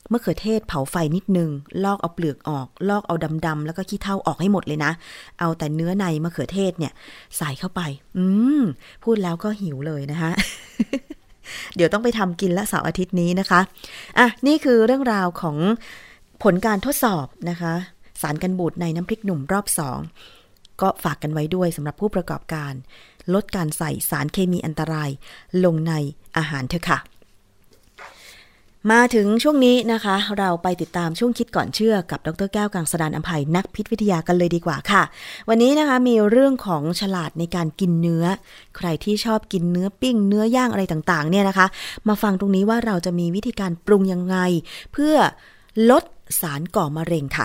มะเขือเทศเผาไฟนิดนึงลอกเอาเปลือกออกลอกเอาดำๆแล้วก็ขี้เถ้าออกให้หมดเลยนะเอาแต่เนื้อในมะเขือเทศเนี่ยใส่เข้าไปอืมพูดแล้วก็หิวเลยนะคะ เดี๋ยวต้องไปทำกินละเสาร์อาทิตย์นี้นะคะอ่ะนี่คือเรื่องราวของผลการทดสอบนะคะสารกันบูดในน้ำพริกหนุ่มรอบสองก็ฝากกันไว้ด้วยสำหรับผู้ประกอบการลดการใส่สารเคมีอันตรายลงในอาหารเถอะค่ะมาถึงช่วงนี้นะคะเราไปติดตามช่วงคิดก่อนเชื่อกับดร.แก้วกังสดาลอำไพนักพิษวิทยากันเลยดีกว่าค่ะวันนี้นะคะมีเรื่องของฉลาดในการกินเนื้อใครที่ชอบกินเนื้อปิ้งเนื้อย่างอะไรต่างๆเนี่ยนะคะมาฟังตรงนี้ว่าเราจะมีวิธีการปรุงยังไงเพื่อลดสารก่อมะเร็งค่ะ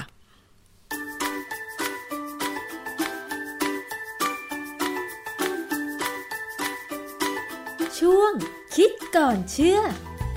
ช่วงคิดก่อนเชื่อ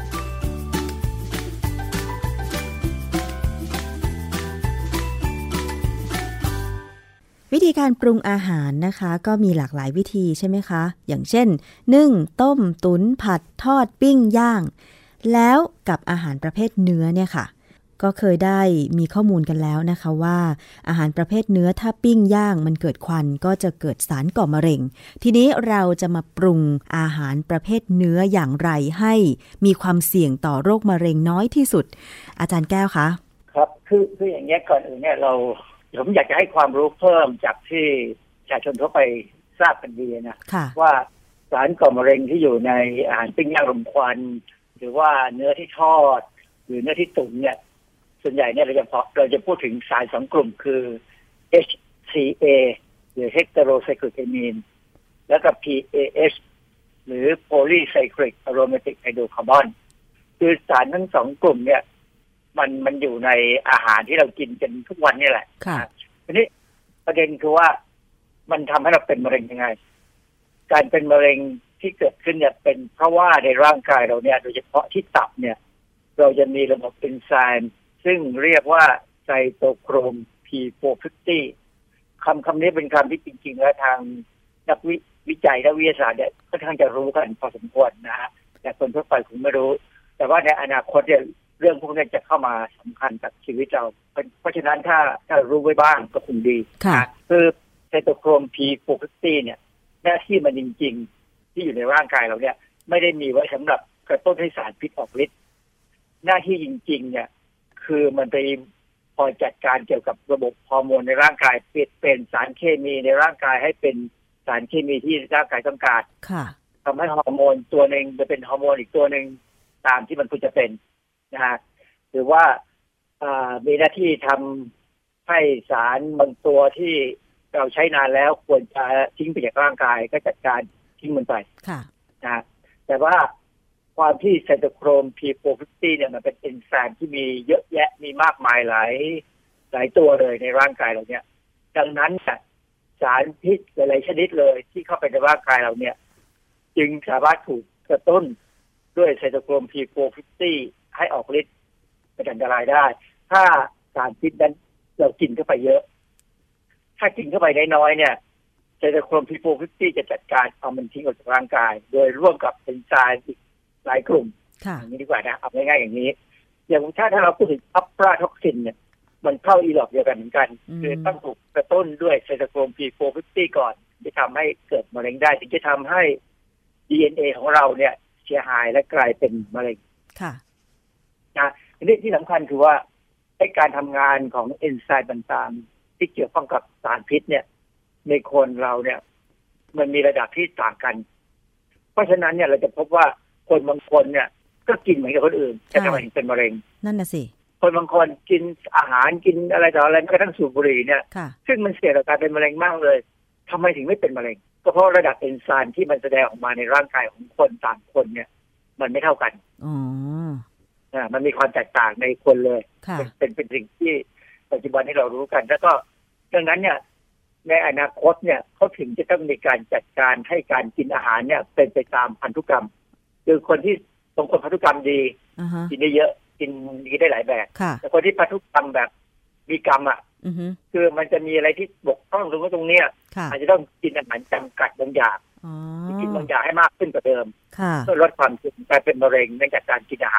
วิธีการปรุงอาหารนะคะก็มีหลากหลายวิธีใช่ไหมคะอย่างเช่นนึ่งต้มตุ๋นผัดทอดปิ้งย่างแล้วกับอาหารประเภทเนื้อเนี่ยค่ะก็เคยได้มีข้อมูลกันแล้วนะคะว่าอาหารประเภทเนื้อถ้าปิ้งย่างมันเกิดควันก็จะเกิดสารก่อมะเร็งทีนี้เราจะมาปรุงอาหารประเภทเนื้ออย่างไรให้มีความเสี่ยงต่อโรคมะเร็งน้อยที่สุดอาจารย์แก้วคะครับคือคืออย่างนี้ก่อนอื่นเนี่ยเราผมอยากจะให้ความรู้เพิ่มจากที่ประชาชนทั่วไปทราบกันดีนะว่าสารก่อมะเร็งที่อยู่ในอาหารปิ้งย่างรมควันหรือว่าเนื้อที่ทอดหรือเนื้อที่ตุ๋นเนี่ยส่วนใหญ่เนี่ยเราจะเราจะพูดถึงสารสองกลุ่มคือ เอช ซี เอ หรือ Heterocycloamine แล้วก็ พี เอ เอช หรือ Polycyclic Aromatic Hydrocarbon คือสารทั้งสองกลุ่มเนี่ยมันมันอยู่ในอาหารที่เรากินกันทุกวันนี่แหละค่ะทีนี้ประเด็นคือว่ามันทำให้เราเป็นมะเร็งยังไงการเป็นมะเร็งที่เกิดขึ้นเนี่ยเป็นเพราะว่าในร่างกายเราเนี่ยโดยเฉพาะที่ตับเนี่ยเราจะมีระบบเอนไซม์ซึ่งเรียกว่าไซโตโครม พี โฟร์ ห้าสิบ คำคำนี้เป็นคำที่จริงๆแล้วทางนัก ว, วิจัยและวิทยาศาสตร์เนี่ยค่อนข้างจะรู้กันพอสมควรนะฮะแต่คนทั่วไปคงไม่รู้แต่ว่าในอนาคตเนี่ยเรื่องพวกนี้จะเข้ามาสำคัญกับชีวิตเราเพราะฉะนั้นถ้าถ้ารู้ไว้บ้างก็คงดีค่ะคือไซโตโครม พี โฟร์ ห้าสิบ เนี่ยหน้าที่มันจริงๆที่อยู่ในร่างกายเราเนี่ยไม่ได้มีไว้สำหรับกระตุ้นให้สารพิษออกฤทธิ์หน้าที่จริงๆเนี่ยคือมันไปพอจัดการเกี่ยวกับระบบฮอร์โมนในร่างกายเปลี่ยนเป็นสารเคมีในร่างกายให้เป็นสารเคมีที่ร่างกายต้องการทำให้ฮอร์โมนตัวหนึ่งจะเป็นฮอร์โมนอีกตัวหนึ่งตามที่มันควรจะเป็นนะฮะหรือว่ามีหน้าที่ทำให้สารบางตัวที่เราใช้นานแล้วควรจะทิ้งไปจากร่างกายก็จัดการทิ้งมันไปนะแต่ว่าความที่ไซโตโครม พี โฟร์ ห้าสิบ เนี่ยมันเป็นเอนไซม์ที่มีเยอะแยะมีมากมายหลายหลายตัวเลยในร่างกายเราเนี่ยดังนั้นสารพิษหลายชนิดเลยที่เข้าไปในร่างกายเราเนี่ยจึงสามารถถูกกระตุ้นด้วยไซโตโครม พี โฟร์ ห้าสิบ ให้ออกฤทธิ์เป็นอันตรายได้ถ้าสารพิษนั้นเรากินเข้าไปเยอะถ้ากินเข้าไปน้อยๆเนี่ยไซโตโครม พี โฟร์ ห้าสิบ จะจัดการเอามันทิ้งออกจากร่างกายโดยร่วมกับเอนไซม์อีกหลายกลุ่มอย่างนี้ดีกว่านะเอาง่ายๆอย่างนี้อย่างถ้าถ้าเราพูดถึงอัปราท็อกซินเนี่ยมันเข้าอีหลอกเดียวกันเหมือนกันคือต้องถูกกระตุ้นด้วยไซโตโครม พี โฟร์ ห้าสิบ ก่อนที่ทำให้เกิดมะเร็งได้ถึงจะทำให้ ดี เอ็น เอ ของเราเนี่ยเสียหายและกลายเป็นมะเร็งค่ะนะทีนี้ที่สำคัญคือว่าในการทำงานของเอนไซม์ต่างๆที่เกี่ยวข้องกับสารพิษเนี่ยในคนเราเนี่ยมันมีระดับที่ต่างกันเพราะฉะนั้นเนี่ยเราจะพบว่าคนบางคนเนี่ยก็กินเหมือนกับคนอื่นแต่ทำไมถึงเป็นมะเร็งนั่นน่ะสิคนบางคนกินอาหารกินอะไรต่ออะไรแม้กระทั่งสูบบุหรี่เนี่ยซึ่งมันเสี่ยงต่อการเป็นมะเร็งมากเลยทำไมถึงไม่เป็นมะเร็งก็เพราะระดับเอนไซม์ที่มันแสดงออกมาในร่างกายของคนต่างคนเนี่ยมันไม่เท่ากันอ๋ออ่ามันมีความแตกต่างในคนเลยเป็นเป็นสิ่งที่ปัจจุบันที่เรารู้กันแล้วก็ดังนั้นเนี่ยในอนาคตเนี่ยเขาถึงจะต้องมีการจัดการให้การกินอาหารเนี่ยเป็นไปตามพันธุกรรมคือคนที่บางคนพันธุกรรมดี uh-huh. กินได้เยอะกินดีได้หลายแบบแต่คนที่พันธุกรรมแบบมีกรรมอ่ะ uh-huh. คือมันจะมีอะไรที่บกพร่องตรงนี้ตรงเนี้ยอาจจะต้องกินอาหารจำกัดบางอย่าง uh-huh. กินบางอย่างให้มากขึ้นกว่าเดิมเพื่อลดความเสี่ยงการเป็นมะเร็งเนื่องจากการกินอาหาร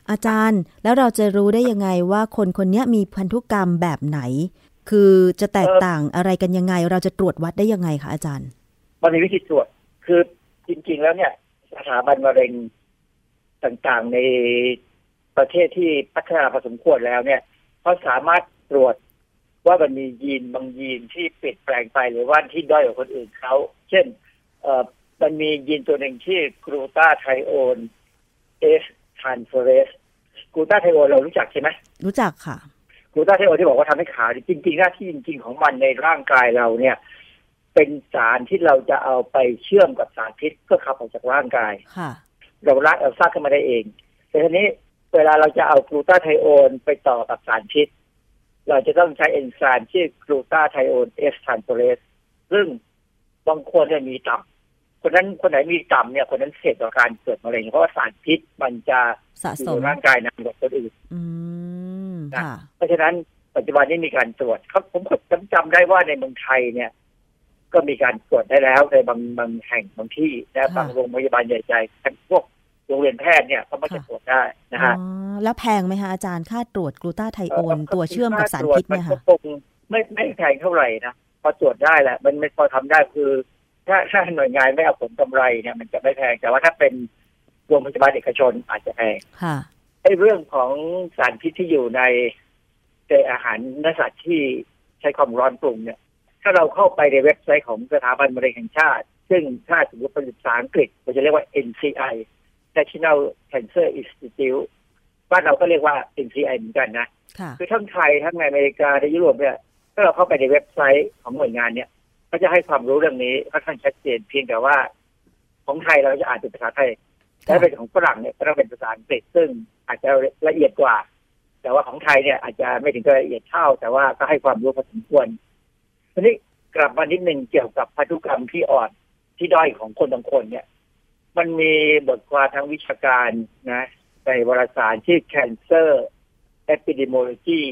อาจารย์แล้วเราจะรู้ได้ยังไงว่าคนคนนี้มีพันธุกรรมแบบไหนคือจะแตกต่างอะไรกันยังไงเราจะตรวจวัดได้ยังไงคะอาจารย์มันมีวิธีตรวจคือจริงๆแล้วเนี่ยสถาบันมะเร็งต่างๆในประเทศที่พัฒนาพอสมควรแล้วเนี่ยเขาสามารถตรวจว่ามันมียีนบางยีนที่เปลี่ยนแปลงไปหรือว่าที่ด้อยกว่าคนอื่นเขาเช่นเอ่อมันมียีนตัวหนึ่งที่กลูตาไทโอนเอสทรานสเฟอเรสกลูตาไทโอนเรารู้จักใช่ไหมรู้จักค่ะกลูตาไทโอนที่บอกว่าทำให้ขาวจริงๆหน้าที่จริงๆของมันในร่างกายเราเนี่ยเป็นสารที่เราจะเอาไปเชื่อมกับสารพิษเพื่อขับออกจากร่างกายค่ะเราละเอาสร้างขึ้นมาได้เองแต่ทีนี้เวลาเราจะเอากลูตาไทโอนไปต่อกับสารพิษเราจะต้องใช้เอนไซม์ชื่อกลูตาไทโอนเอสทรานสเฟอเรสซึ่งบางคนเนี่ยมีต่ำคนนั้นคนไหนมีต่ำเนี่ยคนนั้นเสี่ยงต่อการเกิดมะเร็งเพราะว่าสารพิษมันจะสะสมในร่างกายนานกว่าคนอื่นอืมค่ะเพราะฉะนั้นปัจจุบันนี้มีการตรวจครับผมจำได้ว่าในเมืองไทยเนี่ยก็มีการตรวจได้แล้วในบางบางแห่งบางที่นะบางโรงพยาบาลใหญ่ๆทั้งพวกโรงเรียนแพทย์เนี่ยเขาไม่จะตรวจได้นะฮะอ๋อแล้วแพงไหมคะอาจารย์ค่าตรวจกลูตาไทโอนตัวเชื่อมกับสารพิษเนี่ยค่ะไม่ไม่แพงเท่าไหร่นะพอตรวจได้แหละมันไม่พอทำได้คือถ้าถ้าหน่วยงานไม่เอาผลกำไรเนี่ยมันจะไม่แพงแต่ว่าถ้าเป็นโรงพยาบาลเอกชนอาจจะแพงค่ะไอ้เรื่องของสารพิษที่อยู่ในในอาหารเนื้อสัตว์ที่ใช้ความร้อนปรุงเนี่ยถ้าเราเข้าไปในเว็บไซต์ของสถาบันมะเร็งแห่งชาติซึ่งถ้าสมมติเป็นภาษาอังกฤษเราจะเรียกว่า เอ็น ซี ไอ National Cancer Institute บ้านเราก็เรียกว่า เอ็น ซี ไอ เหมือนกันนะคือทั้งไทยทั้งในอเมริกาในยุโรปเนี่ยถ้าเราเข้าไปในเว็บไซต์ของหน่วยงานเนี่ยก็จะให้ความรู้เรื่องนี้ค่อนข้างชัดเจนเพียงแต่ว่าของไทยเราจะอ่านเป็นภาษาไทยถ้าเป็นของฝรั่งเนี่ยก็ต้องเป็นภาษาอังกฤษซึ่งอาจจะละเอียดกว่าแต่ว่าของไทยเนี่ยอาจจะไม่ถึงกับละเอียดเท่าแต่ว่าก็ให้ความรู้พอสมควรทีนี้กลับมานิดนึงเกี่ยวกับพันธุกรรมที่อ่อนที่ด้อยของคนบางคนเนี่ยมันมีบทความทางวิชาการนะในวารสารชื่อ Cancer Epidemiology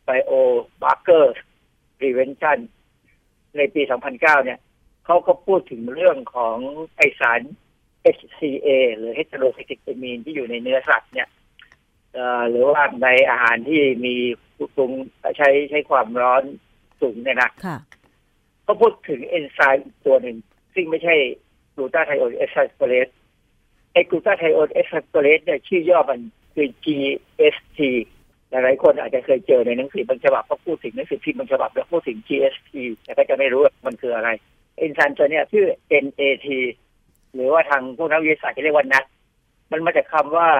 Biomarker Prevention ในปี สองพันเก้า เนี่ยเขาก็พูดถึงเรื่องของไอสาร เอช ซี เอ หรือ Heterocyclic amine ที่อยู่ในเนื้อสัตว์เนี่ยหรือว่าในอาหารที่มีปรุงใช้ใช้ความร้อนสูงเนี่ยนะเขาพูดถึงเอนไซม์ตัวหนึ่งซึ่งไม่ใช่กลูตาไทโอนเอสทรานสเฟอเรสไอกลูตาไทโอนเอสทรานสเฟอเรสเนี่ยชื่อย่อมันคือ จี เอส ที หลายๆคนอาจจะเคยเจอในหนังสือบางฉบับเขาพูดถึงหนังสือพิมพ์บางฉบับแล้วพูดถึง จี เอส ที แต่ก็จะไม่รู้ว่ามันคืออะไรเอนไซม์ตัวเนี้ยชื่อ เอ็น เอ ที หรือว่าทางพวกนักวิทยาศาสตร์จะเรียกว่า เอ็น เอ ที มันมาจากคำว่า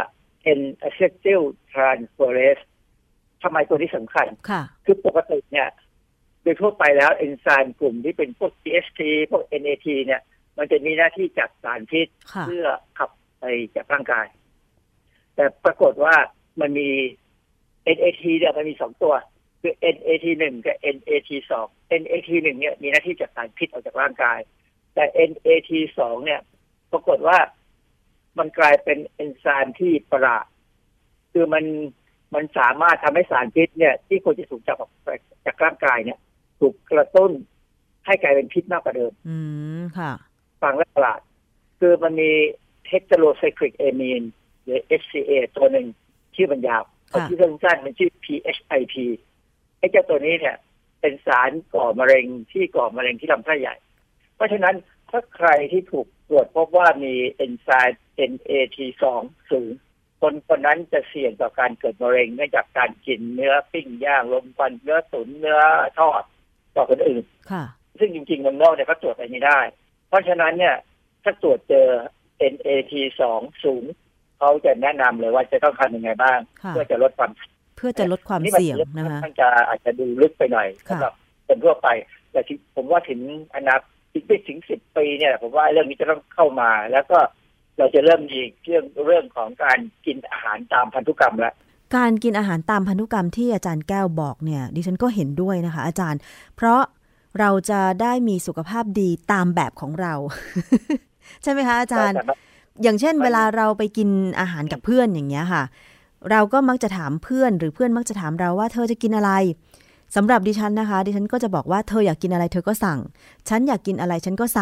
N-acetyl transferase ทำไมตัวนี้สำคัญคือปกติเนี่ยโดยทั่วไปแล้วเอนไซม์กลุ่มที่เป็นพวก จี เอส ที พวก เอ็น เอ ที เนี่ยมันจะมีหน้าที่จัดสารพิษเพื่อขับไปจากร่างกายแต่ปรากฏว่ามันมี เอ็น เอ ที เนี่ยมันมีสองตัวคือ เอ็น เอ ที หนึ่ง กับ เอ็น เอ ที สอง เอ็น เอ ที หนึ่ง เนี่ยมีหน้าที่จัดสารพิษออกจากร่างกายแต่ เอ็น เอ ที สอง เนี่ยปรากฏว่ามันกลายเป็นเอนไซม์ที่ประหลาดคือมันมันสามารถทำให้สารพิษเนี่ยที่ควรจะถูกจับออกจากร่างกายเนี่ยถูกกระตุ้นให้กลายเป็นพิษมากกว่าเดิมอืมค่ะฟังแล้วประหลาดคือมันมี Heterocyclic amine หรือ เอช ซี เอ ตัวหนึ่งชื่อมันยาวชื่อสั้นๆมันชื่อ พี เอช ไอ พี ไอ้เจ้าตัวนี้เนี่ยเป็นสารก่อมะเร็งที่ก่อมะเร็งที่ลำไส้ใหญ่เพราะฉะนั้นถ้าใครที่ถูกตรวจพบว่ามีเอนไซม์ เอ็น เอ ที สอง สูงคนคนนั้นจะเสี่ยงต่อการเกิดมะเร็งเนื่องจากการกินเนื้อปิ้งย่างลมควันเนื้อตุ๋นเนื้อทอดต่อคนอื่นซึ่งจริงๆมันนอกเนี่ยเขาตรวจอะไรไม่ได้เพราะฉะนั้นเนี่ยถ้าตรวจเจอ เอ็น เอ ที สอง สูงเขาจะแนะนำเลยว่าจะต้องทำยังไงบ้างเพื่อจะลดความเพื่อจะลดความเสี่ยงนะคะมันจะอาจจะดูลึกไปหน่อยสำหรับคนทั่วไปแต่ผมว่าถึงอนาคตอีกไม่ถึงสิบปีเนี่ยผมว่าเรื่องนี้จะต้องเข้ามาแล้วก็เราจะเริ่มมีเรื่องเรื่องของการกินอาหารตามพันธุกรรมแล้วการกินอาหารตามพันธุกรรมที่อาจารย์แก้วบอกเนี่ยดิฉันก็เห็นด้วยนะคะอาจารย์เพราะเราจะได้มีสุขภาพดีตามแบบของเรา ใช่ไหมคะอาจารย์อย่างเช่นเวลาเราไปกินอาหารกับเพื่อนอย่างเงี้ยค่ะเราก็มักจะถามเพื่อนหรือเพื่อนมักจะถามเราว่าเธอจะกินอะไรสำหรับดิฉันนะคะดิฉันก็จะบอกว่าเธออยากกินอะไรเธอก็สั่งฉันอยากกินอะไรฉันก็สั่ง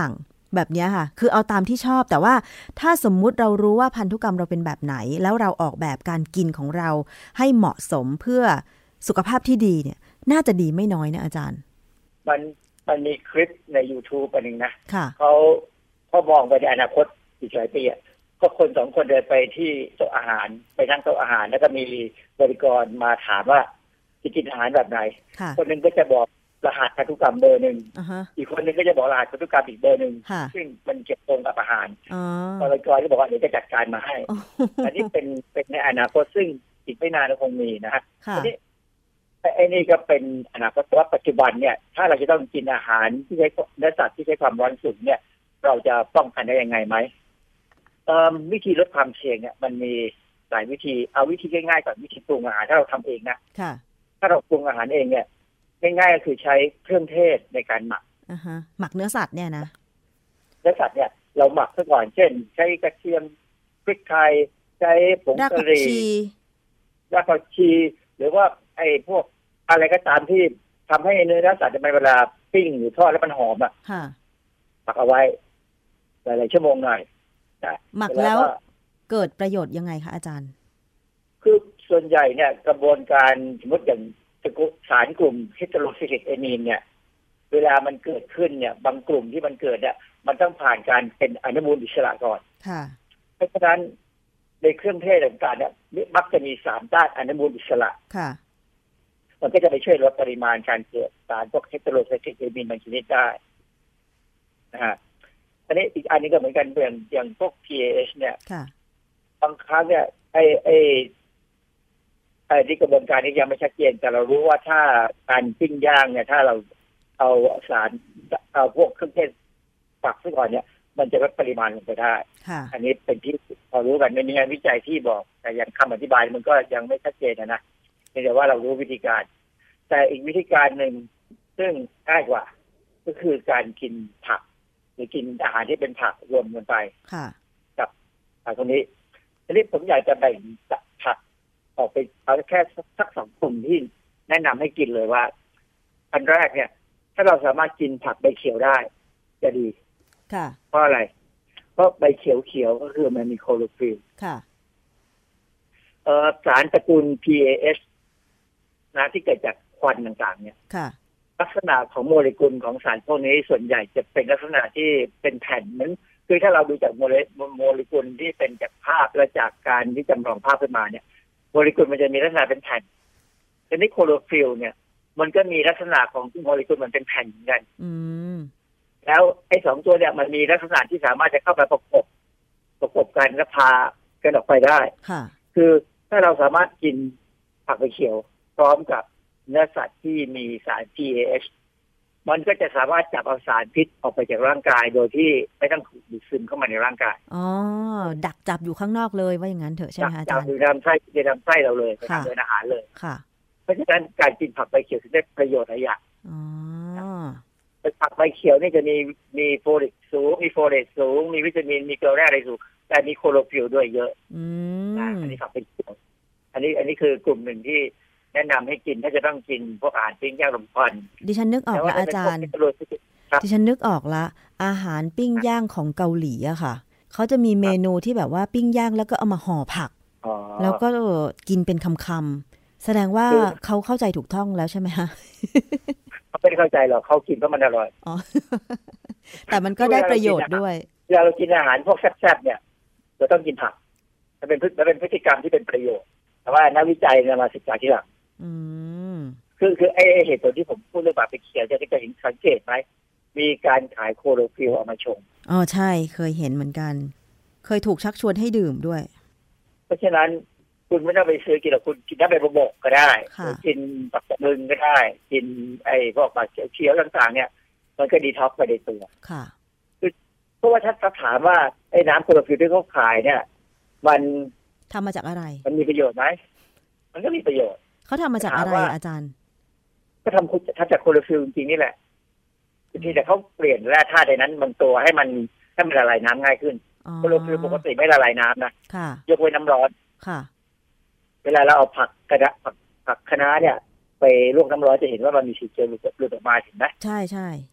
แบบนี้ค่ะคือเอาตามที่ชอบแต่ว่าถ้าสมมุติเรารู้ว่าพันธุกรรมเราเป็นแบบไหนแล้วเราออกแบบการกินของเราให้เหมาะสมเพื่อสุขภาพที่ดีเนี่ยน่าจะดีไม่น้อยนะอาจารย์มันมันมีคลิปใน YouTube อันนึงนะค่ะเขาเขามองไปในอนาคตอีกหลายปีอ่ะก็คนสองคนเดินไปที่โต๊ะอาหารไปนั่งโต๊ะอาหารแล้วก็มีบริกรมาถามว่าจะกินอาหารแบบไหนคนหนึ่งก็จะบอกรหัสพันธุกรรมเบอร์หนึ่ง uh-huh. อีกคนหนึ่งก็จะบอกรหัสพันธุกรรมอีกเบอร์หนึ่งซึ่งมันเกี่ยวตรงกับอาหารบริกรก็บอกว่าเดี๋ยวจะจัดการมาให้ อันนี้เป็นเป็นในอนาคตซึ่งอีกไม่นานก็คงมีนะฮะอันนี้ไอ้นี่ก็เป็นอนาคตว่าปัจจุบันเนี่ยถ้าเราจะต้องกินอาหารที่ใช้เนื้อสัตว์ที่ใช้ความร้อนสูงเนี่ยเราจะป้องกันได้ยังไงไหมวิธีลดความเสี่ยงเนี่ยมันมีหลายวิธีเอาวิธีง่ายๆก่อนวิธีปรุงอาหารถ้าเราทำเองนะถ้าเราปรุงอาหารเองเนี่ยง่ายๆก็คือใช้เครื่องเทศในการหมักอ่าฮะหมักเนื้อสัตว์เนี่ยนะเนื้อสัตว์เนี่ยเราหมักซะก่อนเช่นใช้กระเทียมพริกไทยใช้ผงกะหรี่รากผักชีหรือว่าไอ้พวกอะไรก็ตามที่ทำให้เนื้อสัตว์ในเวลาปิ้งหรือทอดแล้วมันหอมอ่ะหมักเอาไว้หลายๆชั่วโมงหน่อยหมักแล้วเกิดประโยชน์ยังไงคะอาจารย์คือส่วนใหญ่เนี่ยกระบวนการสมมติอย่างสารกลุ่มเฮตโรไซคลิกเอมีนเนี่ยเวลามันเกิดขึ้นเนี่ยบางกลุ่มที่มันเกิดเนี่ยมันต้องผ่านการเป็นอนุมูลอิสระก่อนเพราะฉะนั้นในเครื่องเทศต่างๆเนี่ยมักจะมีสารต้านอนุมูลอิสระมันก็จะไปช่วยลดปริมาณการเกิดสารพวกเฮตโรไซคลิกเอมีนบางชนิดได้นะฮะอันนี้อีกอันนี้ก็เหมือนกันอย่างอย่างพวก พี เอ เอช เนี่ยบางครั้งเนี่ยไอ้ไอ้ไอ้ที่กระบวนการนี้ยังไม่ชัดเจนแต่เรารู้ว่าถ้าการปิ้งย่างเนี่ยถ้าเราเอาสารเอาพวกเครื่องเทศปักซะก่อนเนี่ยมันจะลดปริมาณลงไปได้อันนี้เป็นที่พอรู้กันในงานวิจัยที่บอกแต่ยังคำอธิบายมันก็ยังไม่ชัดเจนนะนะแต่ว่าเรารู้วิธีการแต่อีกวิธีการหนึ่งซึ่งง่ายกว่าก็คือการกินผักหรือกินอาหารที่เป็นผักรวมกันไปกับอันตรงนี้ทีนี้ผมอยากจะแบ่งผักออกไปเอาแค่สักสองกลุ่มที่แนะนำให้กินเลยว่าอันแรกเนี่ยถ้าเราสามารถกินผักใบเขียวได้จะดีค่ะเพราะอะไรเพราะใบเขียวเขียวก็คือมันมีโคโรฟิลล์ค่ะเอ่อสารตระกูล พี เอ เอช นะที่เกิดจากควันต่างๆเนี่ยค่ะลักษณะของโมเลกุลของสารพวกนี้ส่วนใหญ่จะเป็นลักษณะที่เป็นแผ่นเหมือนคือถ้าเราดูจากโมเลโมเลกุลที่เป็นจากภาพและจากการที่จำลองภาพขึ้นมาเนี่ยโมเลกุลมันจะมีลักษณะเป็นแผ่นแต่ในโคโรฟิลล์เนี่ยมันก็มีลักษณะของโมเลกุลมันเป็นแผ่นเหมือนกันอืมแล้วไอ้สองตัวเนี่ยมันมีลักษณะที่สามารถจะเข้าไปประกบประกบกันและพากันออกไปได้ค่ะคือถ้าเราสามารถกินผักใบเขียวพร้อมกับเนื้อสัตว์ที่มีสาร พี เอ เอช มันก็จะสามารถจับเอาสารพิษออกไปจากร่างกายโดยที่ไม่ต้องดูดซึมเข้ามาในร่างกายอ๋อดักจับอยู่ข้างนอกเลยว่าอย่างนั้นเถอะใช่ไหมอาจารย์จับอยู่ในลำไส้ในลำไส้เราเลยในการเดินอาหารเลยค่ะเพราะฉะนั้นการกินผักใบเขียวจะได้ประโยชน์หลายอย่างอ๋อผักใบเขียวนี่จะมีมีโฟลิกสูงมีโฟเลตสูงมีวิตามินมีเกลือแร่อะไรสูงแต่มีโคโรฟิลล์ด้วยเยอะอืมอันนี้ผักใบเขียวอันนี้อันนี้คือกลุ่มหนึ่งที่แนะนำให้กินถ้าจะต้องกินพวกอาหารปิ้งย่างลมควันดิฉันนึกออกละอาจารย์ดิฉันนึกออกละอาหารปิ้งย่างของเกาหลีอะค่ะเขาจะมีเมนูที่แบบว่าปิ้งย่างแล้วก็เอามาห่อผักแล้วก็กินเป็นคำๆแสดงว่าเขาเข้าใจถูกต้องแล้วใช่ไหมคะเขาไม่เข้าใจหรอกเขากินเพราะมันอร่อยอ๋อแต่มันก็ได้ประโยชน์ด้วยเวลาเรากินอาหารพวกแซ่บๆเนี่ยเราต้องกินผักมันเป็นมันเป็นพฤติกรรมที่เป็นประโยชน์แต่ว่านักวิจัยเนี่ยมาศึกษาทีหลังอืมคือคือไอ้เหตุผลที่ผมพูดเรื่องผักใบเขียวจะจะเห็นสังเกตไหมมีการขายโคโรฟิลล์เอามาชงอ๋อใช่เคยเห็นเหมือนกันเคยถูกชักชวนให้ดื่มด้วยเพราะฉะนั้นคุณไม่ต้องไปซื้อกินหรอกคุณกินน้ำใบบกก็ได้กินปักตะลึงก็ได้กินไอ้พวกผักเขียวๆต่างๆเนี่ยมันก็ดีท็อกซ์ไปในตัวค่ะคือเพราะว่าถ้าถามว่าไอ้น้ำโคโรฟิลล์ที่เขาขายเนี่ยมันทำมาจากอะไรมันมีประโยชน์ไหมมันก็มีประโยชน์เขาทำมาจากอะไรอาจารย์ก็ทำทำจากโคโรฟิลล์จริงๆนี่แหละทีแต่เขาเปลี่ยนแร่ธาตุในนั้นบางตัวให้มันให้มันละลายน้ำง่ายขึ้นโคโรฟิลล์ปกติไม่ละลายน้ำนะยกเว้นน้ำร้อนค่ะเวลาเราเอาผักกระดาษผักผักคะน้าเนี่ยไปลวกน้ำร้อนจะเห็นว่ามันมีสีเจลหลุดหลุดออกมาเห็นไหมใช่ใช่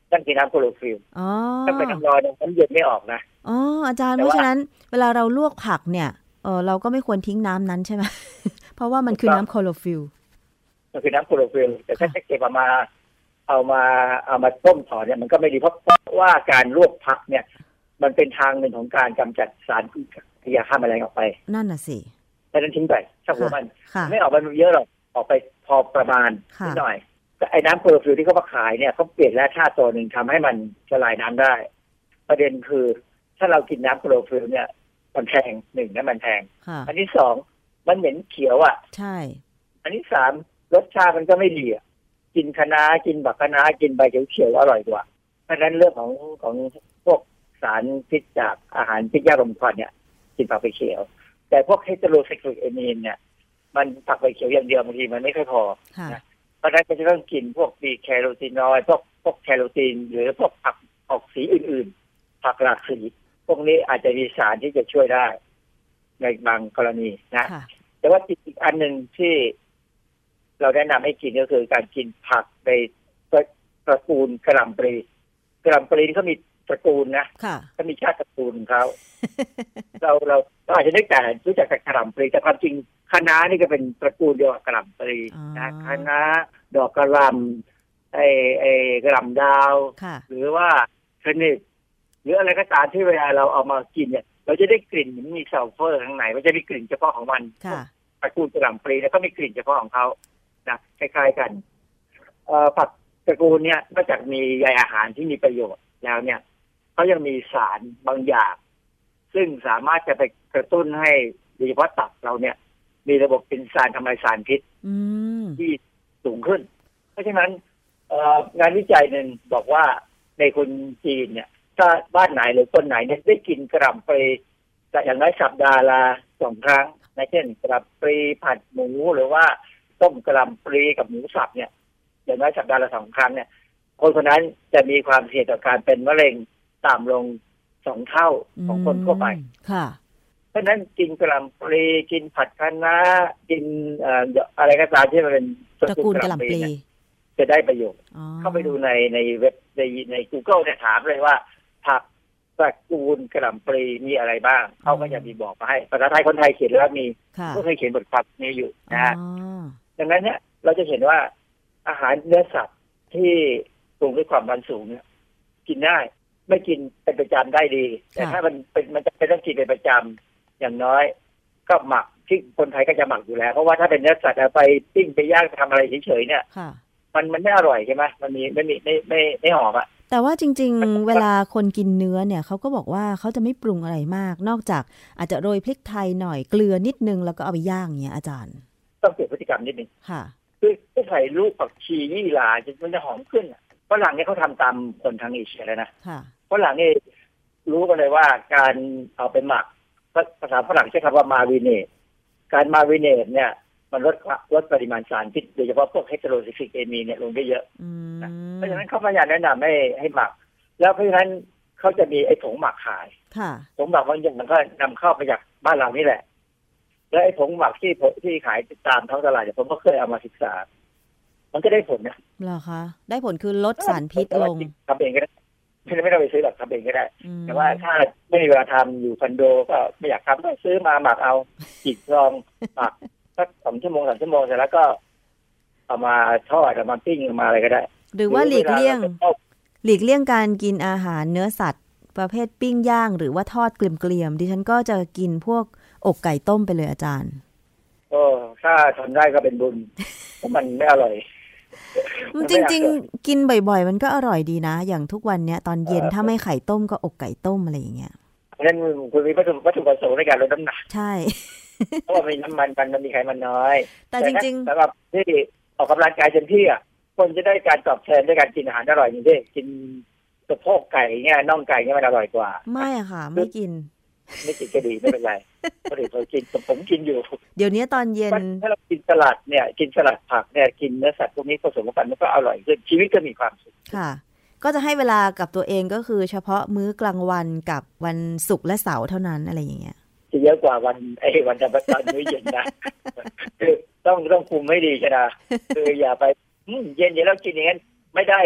นั่นคือน้ำโคลอฟิลถ้าเป็นน้ำร้อนน้ำเย็นไม่ออกนะอ๋ออาจารย์เพราะฉะนั้นเวลาเราลวกผักเนี่ยเออเราก็ไม่ควรทิ้งน้ำนั้นใช่ไหม เพราะว่ามันคือน้ำโคลอฟิลมันคือน้ำโคลอฟิลแต่ถ้าจะเก็บออกมาเอามาเอามาต้มต่อเนี่ยมันก็ไม่ดีเพราะว่าการลวกผักเนี่ยมันเป็นทางหนึ่งของการกำจัดสารพิษยาฆ่าแมลงออกไปนั่นน่ะสิแต่นั้นทิ้งไปช่างหัวมันไม่ออกมาเยอะหรอกออกไปพอประมาณนิดหน่อยแต่ไอ้น้ำโคลอฟิลที่เขามาขายเนี่ยเขาเปลี่ยนแร่ธาตุตัวหนึ่งทำให้มันละลายน้ำได้ประเด็นคือถ้าเรากินน้ำโคลอฟิลเนี่ยมันแพงหนึ่งนะมันแพงอันที่สองมันเหม็นเขียวอ่ะใช่อันที่สามรสชาติมันก็ไม่ดีอ่ะกินคะน้ากินบักคะน้ากินใบเขียวๆอร่อยกว่าเพราะฉะนั้นเรื่องของของพวกสารพิษจากอาหารพิษยาลมควันเนี่ยกินผักใบเขียวแต่พวกเฮเตโรไซคลิกเอมีนเนี่ยมันผักใบเขียวอย่างเดียวบางทีมันไม่ค่อยพอนะเพราะฉะนั้นก็จะต้องกินพวกบีแคโรทีนอยด์พวกพวกแคโรทีนหรือพวกผักออกสีอื่นๆผักหลากสีพวกนี้อาจจะมีสารที่จะช่วยได้ในบางกรณีนะแต่ว่าอีกอันหนึ่งที่เราแนะนำให้กินก็คือการกินผักในตระกูลกะหล่ำปลีกะหล่ำปลีเขามีตระกูลนะเขามีชาติตระกูลของเขา เราเราเราอาจจะนึกแต่รู้จักแต่กะหล่ำปลีแต่ความจริงคะน้านี่ก็เป็นตระกูลเดียวกับกะหล่ำปลีนะคะน้าดอกกะหล่ำไอ้ไอ้กะหล่ำดาวหรือว่าชนิดหรืออะไรก็ตามที่เวลาเราเอามากินเนี่ยเราจะได้กลิ่นมันมีซัลเฟอร์ข้างในมันจะมีกลิ่นเฉพาะของมันตระกูลกะหล่ำปลีแล้วก็มีกลิ่นเฉพาะของเขานะคล้ายๆกันเอ่อผักตระกูลเนี่ยนอกจากมีใยอาหารที่มีประโยชน์แล้วเนี่ยเขายังมีสารบางอย่างซึ่งสามารถจะไปกระตุ้นให้โดยเฉพาะตับเราเนี่ยมีระบบเป็นสารทำลายสารพิษที่สูงขึ้นเพราะฉะนั้นงานวิจัยหนึ่งบอกว่าในคนจีนเนี่ยถ้าบ้านไหนหรือคนไหนเนี่ยได้กินกะหล่ำปลีอย่างน้อยสัปดาห์ละสองครั้งนะเช่นกะหล่ำปลีผัดหมูหรือว่าต้มกะหล่ำปลีกับหมูสับเนี่ยอย่างน้อยสัปดาห์ละสองครั้งเนี่ยคนคนนั้นจะมีความเสี่ยงต่อการเป็นมะเร็งต่ำลงสองเท่าของคนทั่วไปค่ะเพราะฉะนั้นกินกะหล่ำปลีกินผัดคะน้ากินอะไรก็ตามที่มันเป็นตระกูลกะหล่ำปลีจะได้ประโยชน์เข้าไปดูในในเว็บในใน Google เนี่ยถามเลยว่าผักตระกูลกะหล่ำปลีมีอะไรบ้างเขาก็จะมีบอกมาให้ภาษาไทยคนไทยเขียนแล้วมีก็เคยเขียนบทความนี้อยู่นะฮะดังนั้นเนี่ยเราจะเห็นว่าอาหารเนื้อสัตว์ที่ปรุงด้วยความมันสูงเนี่ยกินได้ไม่กินเป็นประจำได้ดีแต่ถ้ามันเป็นมันจะเป็นต้องกินเป็นประจำอย่างน้อยก็หมักที่คนไทยก็จะหมักอยู่แล้วเพราะว่าถ้าเป็นเนื้อสัตว์เอาไปปิ้งไปย่างทำอะไรเฉยๆเนี่ยมันมันไม่อร่อยใช่ไหมมันมีไม่มีไม่ไม่ไม่หอมอะแต่ว่าจริงๆเวลาคนกินเนื้อเนี่ยเขาก็บอกว่าเขาจะไม่ปรุงอะไรมากนอกจากอาจจะโรยพริกไทยหน่อยเกลือนิดนึงแล้วก็เอาไปย่างเงี้ยอาจารย์ต้องเปลี่ยนพฤติกรรมนิดนึงค่ะคือถ้าใส่ลูกผักชียี่หร่าจะมันจะหอมขึ้นฝรั่งเนี่ยเขาทำตามคนทางเอเชียเลยนะฝรั่งนี่รู้กันเลยว่าการเอาไปหมักภาษาฝรั่งใช้คำว่ามาริเนตการมาริเนตเนี่ยมันลดลดปริมาณสารพิษโดยเฉพาะพวกเฮเตโรไซคลิกเอมีนเนี่ยลงได้เยอะเพราะฉะนั้นเขาพยายามแนะนำให้ให้หมักแล้วเพราะฉะนั้นเขาจะมีไอ้ผงหมักขายผงหมักบางอย่างมันก็นำเข้ามาจากบ้านเรานี่แหละแล้วไอ้ผงหมักที่ที่ขายตามท้องตลาดเนี่ยผมก็เคยเอามาศึกษามันก็ได้ผลนะเหรอคะได้ผลคือลดสารพิษลงทำเองก็ได้ไม่ไม่ต้องไปซื้อหรอกทำเองก็ได้แต่ว่าถ้าไม่มีเวลาทำอยู่คอนโดก็ไม่อยากทำก็ซื้อมาหมักเอาจิกลองหมักสักสองชั่วโมงสามชั่วโมงเสร็จแล้วก็เอามาทอดเอามาปิ้งมาอะไรก็ได้หรือว่าหลีกเลี่ยงหลีกเลี่ยงการกินอาหารเนื้อสัตว์ประเภทปิ้งย่างหรือว่าทอดเกลียมๆดิฉันก็จะกินพวกอกไก่ต้มไปเลยอาจารย์โอ้ถ้าทำได้ก็เป็นบุญเพราะมันไม่อร่อยจริงๆกินบ่อยๆมันก็อร่อยดีนะอย่างทุกวันเนี้ยตอนเย็นถ้าไม่ไข่ต้มก็อกไก่ต้มอะไรอย่างเงี้ยงั้นคุณมีวัตถุวัตถุประสงค์ในการลดน้ำหนักใช่เพราะว่ามีน้ำมันมันมันมีไขมันน้อยแต่จริงๆสำหรับที่ออกกำลังกายเต็มที่อ่ะคนจะได้การตอบแทนด้วยการกินอาหารอร่อยอย่างเช่นกินสะโพกไก่เงี้ยน่องไก่เงี้ยมันอร่อยกว่าไม่อะค่ะไม่กินไม่กินก็ดีไม่เป็นไรเพราะเดี๋ยวเรากินผมกินอยู่เดี๋ยวนี้ตอนเย็นถ้าเรากินสลัดเนี่ยกินสลัดผักเนี่ยกินเนื้อสัตว์พวกนี้ผสมกันมันก็อร่อยขึ้นชีวิตก็มีความสุขค่ะก็จะให้เวลากับตัวเองก็คือเฉพาะมื้อกลางวันกับวันศุกร์และเสาร์เท่านั้นอะไรอย่างเงี้ยจะเยอะกว่าวันไอ้วันธรรมดามื้อเย็นนะคือต้องต้องคุมให้ดีใช่ไหมคืออย่าไปเย็นเย็นแล้วกินอย่างนั้นไม่ได้เอา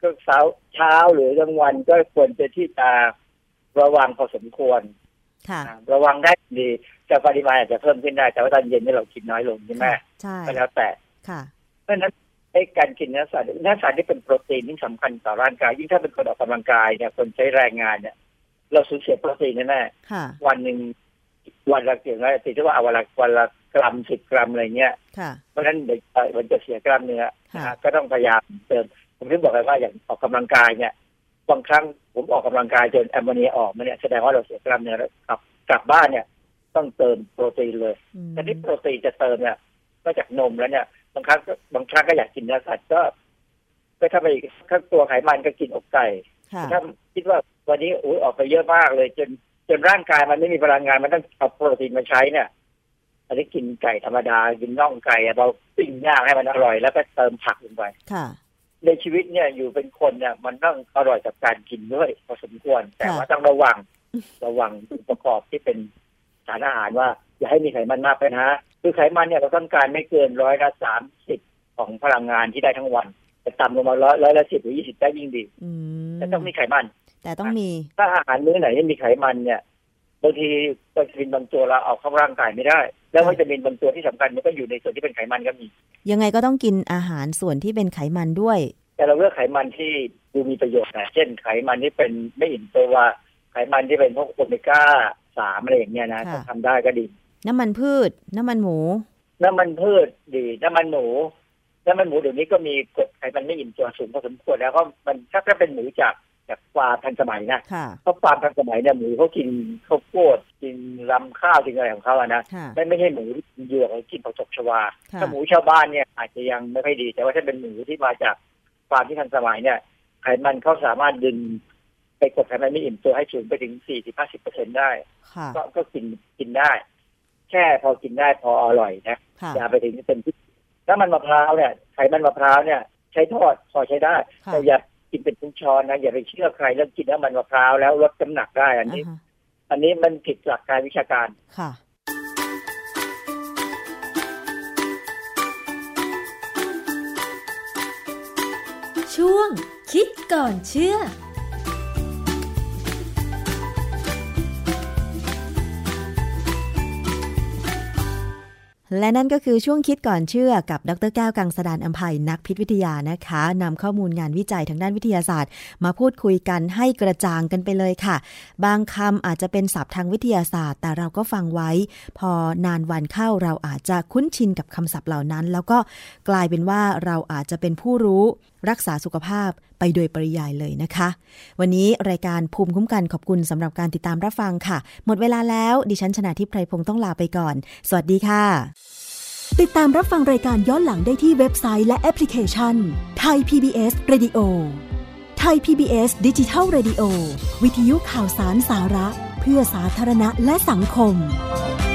ก็เช้าเช้าหรือกลางวันก็ควรจะที่จะระวังพอสมควรระวังได้ดีแต่ปริมาณอาจจะเพิ่มขึ้นได้แต่ว่าตอนเย็นนี่เรากินน้อยลงใช่ไหมใช่ก็แล้วแต่เพราะฉะนั้นไอ้การกินเนื้อสัตว์เนื้อสัตว์ที่เป็นโปรตีนที่สำคัญต่อร่างกายยิ่งถ้าเป็นคนออกกำลังกายเนี่ยคนใช้แรงงานเนี่ยเราสูญเสียโปรตีนแน่ๆวันหนึ่งวันละเกี่ยวกับติดที่ว่าวันละวันละกรัมสิบกรัมอะไรเงี้ยเพราะฉะนั้นเดี๋ยวมันจะเสียกล้ามเนื้อก็ต้องพยายามเติมผมถึงบอกเลยว่าอย่างออกกำลังกายเนี่ยบางครั้งผมออกกำลังกายจนแอมโมเนียออกมาเนี่ยแสดงว่าเราเสียกล้ามเนื้อแล้วกลับกลับบ้านเนี่ยต้องเติมโปรตีนเลยแต่ที่โปรตีนจะเติมเนี่ยก็จากนมแล้วเนี่ยบางครั้งบางครั้งก็อยากกินเนื้อสัตว์ก็ก็ถ้าไปถ้าตัวไขมันก็กินอกไก่ถ้าคิดว่าวันนี้อุ้ยออกไปเยอะมากเลยจนจนร่างกายมันไม่มีพลังงานมันต้องเอาโปรตีนมาใช้เนี่ยอันนี้กินไก่ธรรมดากินน่องไก่เราปิ้งย่างให้มันอร่อยแล้วก็เติมผักลงไปในชีวิตเนี่ยอยู่เป็นคนเนี่ยมันต้องอร่อยจากการกินด้วยพอสมควรแต่ว่าต้องระวังระวังประกอบที่เป็นสารอาหารว่าอย่าให้มีไขมันมากไปนะคือไขมันเนี่ยเราต้องการไม่เกินร้อยละสามสิบของพลังงานที่ได้ทั้งวันแต่ต่ำลงมาร้อยร้อยละสิบหรือยี่สิบได้ยิ่งดีแต่ต้องมีไขมันแต่ต้องมีถ้าอาหารมื้อไหนไม่มีไขมันเนี่ยบางทีวิตามินบางตัวเราเอาเข้าร่างกายไม่ได้แล้ววิตามินบางตัวที่สำคัญมันก็อยู่ในส่วนที่เป็นไขมันก็มียังไงก็ต้องกินอาหารส่วนที่เป็นไขมันด้วยแต่เราเลือกไขมันที่ดูมีประโยชน์นะเช่นไขมันที่เป็นไม่อิ่มตัวไขมันที่เป็นพวกโอเมก้าสามอะไรอย่างเงี้ยนะทำได้ก็ดีน้ำมันพืชน้ำมันหมูน้ำมันพืชดีน้ำมันหมูน้ำมันหมูเดี๋ยวนี้ก็มีกรดไขมันไม่อิ่มตัวสูงพอสมควรแล้วก็มันถ้าเป็นหมูจากจากฟาร์มทันสมัยนะเพราะฟาร์มทันสมัยเนี่ยหมูเขากินข้าวโพดกินรำข้าวกินอะไรของเขาอะนะไม่ไม่ใช่หมูที่กินเหยื่อเขากินผักตบชวาถ้าหมูชาวบ้านเนี่ยอาจจะยังไม่ค่อยดีแต่ว่าถ้าเป็นหมูที่มาจากฟาร์มที่ทันสมัยเนี่ยไขมันเขาสามารถดึงไปกดไขมันไม่อิ่มตัวให้สูงไปถึง สี่สิบถึงห้าสิบเปอร์เซ็นต์ ได้ก็ก็กินกินได้แค่พอกินได้พออร่อยนะอย่าไปถึงเป็นที่ถ้ามันมะพร้าวเนี่ยไขมันมะพร้าวเนี่ยใช้ทอดพอใช้ได้แต่อย่ากินเป็นทุกช้อนนะอย่าไปเชื่อใครเรื่องกินน้ำมันมะพร้าวแล้วลดน้ำหนักได้อันนี้ uh-huh. อันนี้มันผิดหลักการวิชาการค่ะช่วงคิดก่อนเชื่อและนั่นก็คือช่วงคิดก่อนเชื่อกับดร.แก้วกังสดาลอำไพนักพิษวิทยานะคะนำข้อมูลงานวิจัยทางด้านวิทยาศาสตร์มาพูดคุยกันให้กระจ่างกันไปเลยค่ะบางคำอาจจะเป็นศัพท์ทางวิทยาศาสตร์แต่เราก็ฟังไว้พอนานวันเข้าเราอาจจะคุ้นชินกับคำศัพท์เหล่านั้นแล้วก็กลายเป็นว่าเราอาจจะเป็นผู้รู้รักษาสุขภาพไปโดยปริยายเลยนะคะวันนี้รายการภูมิคุ้มกันขอบคุณสำหรับการติดตามรับฟังค่ะหมดเวลาแล้วดิฉันชนาธิปไพรพงศ์ต้องลาไปก่อนสวัสดีค่ะติดตามรับฟังรายการย้อนหลังได้ที่เว็บไซต์และแอปพลิเคชัน Thai พี บี เอส Radio Thai พี บี เอส Digital Radio วิทยุข่าวสารสาระเพื่อสาธารณะและสังคม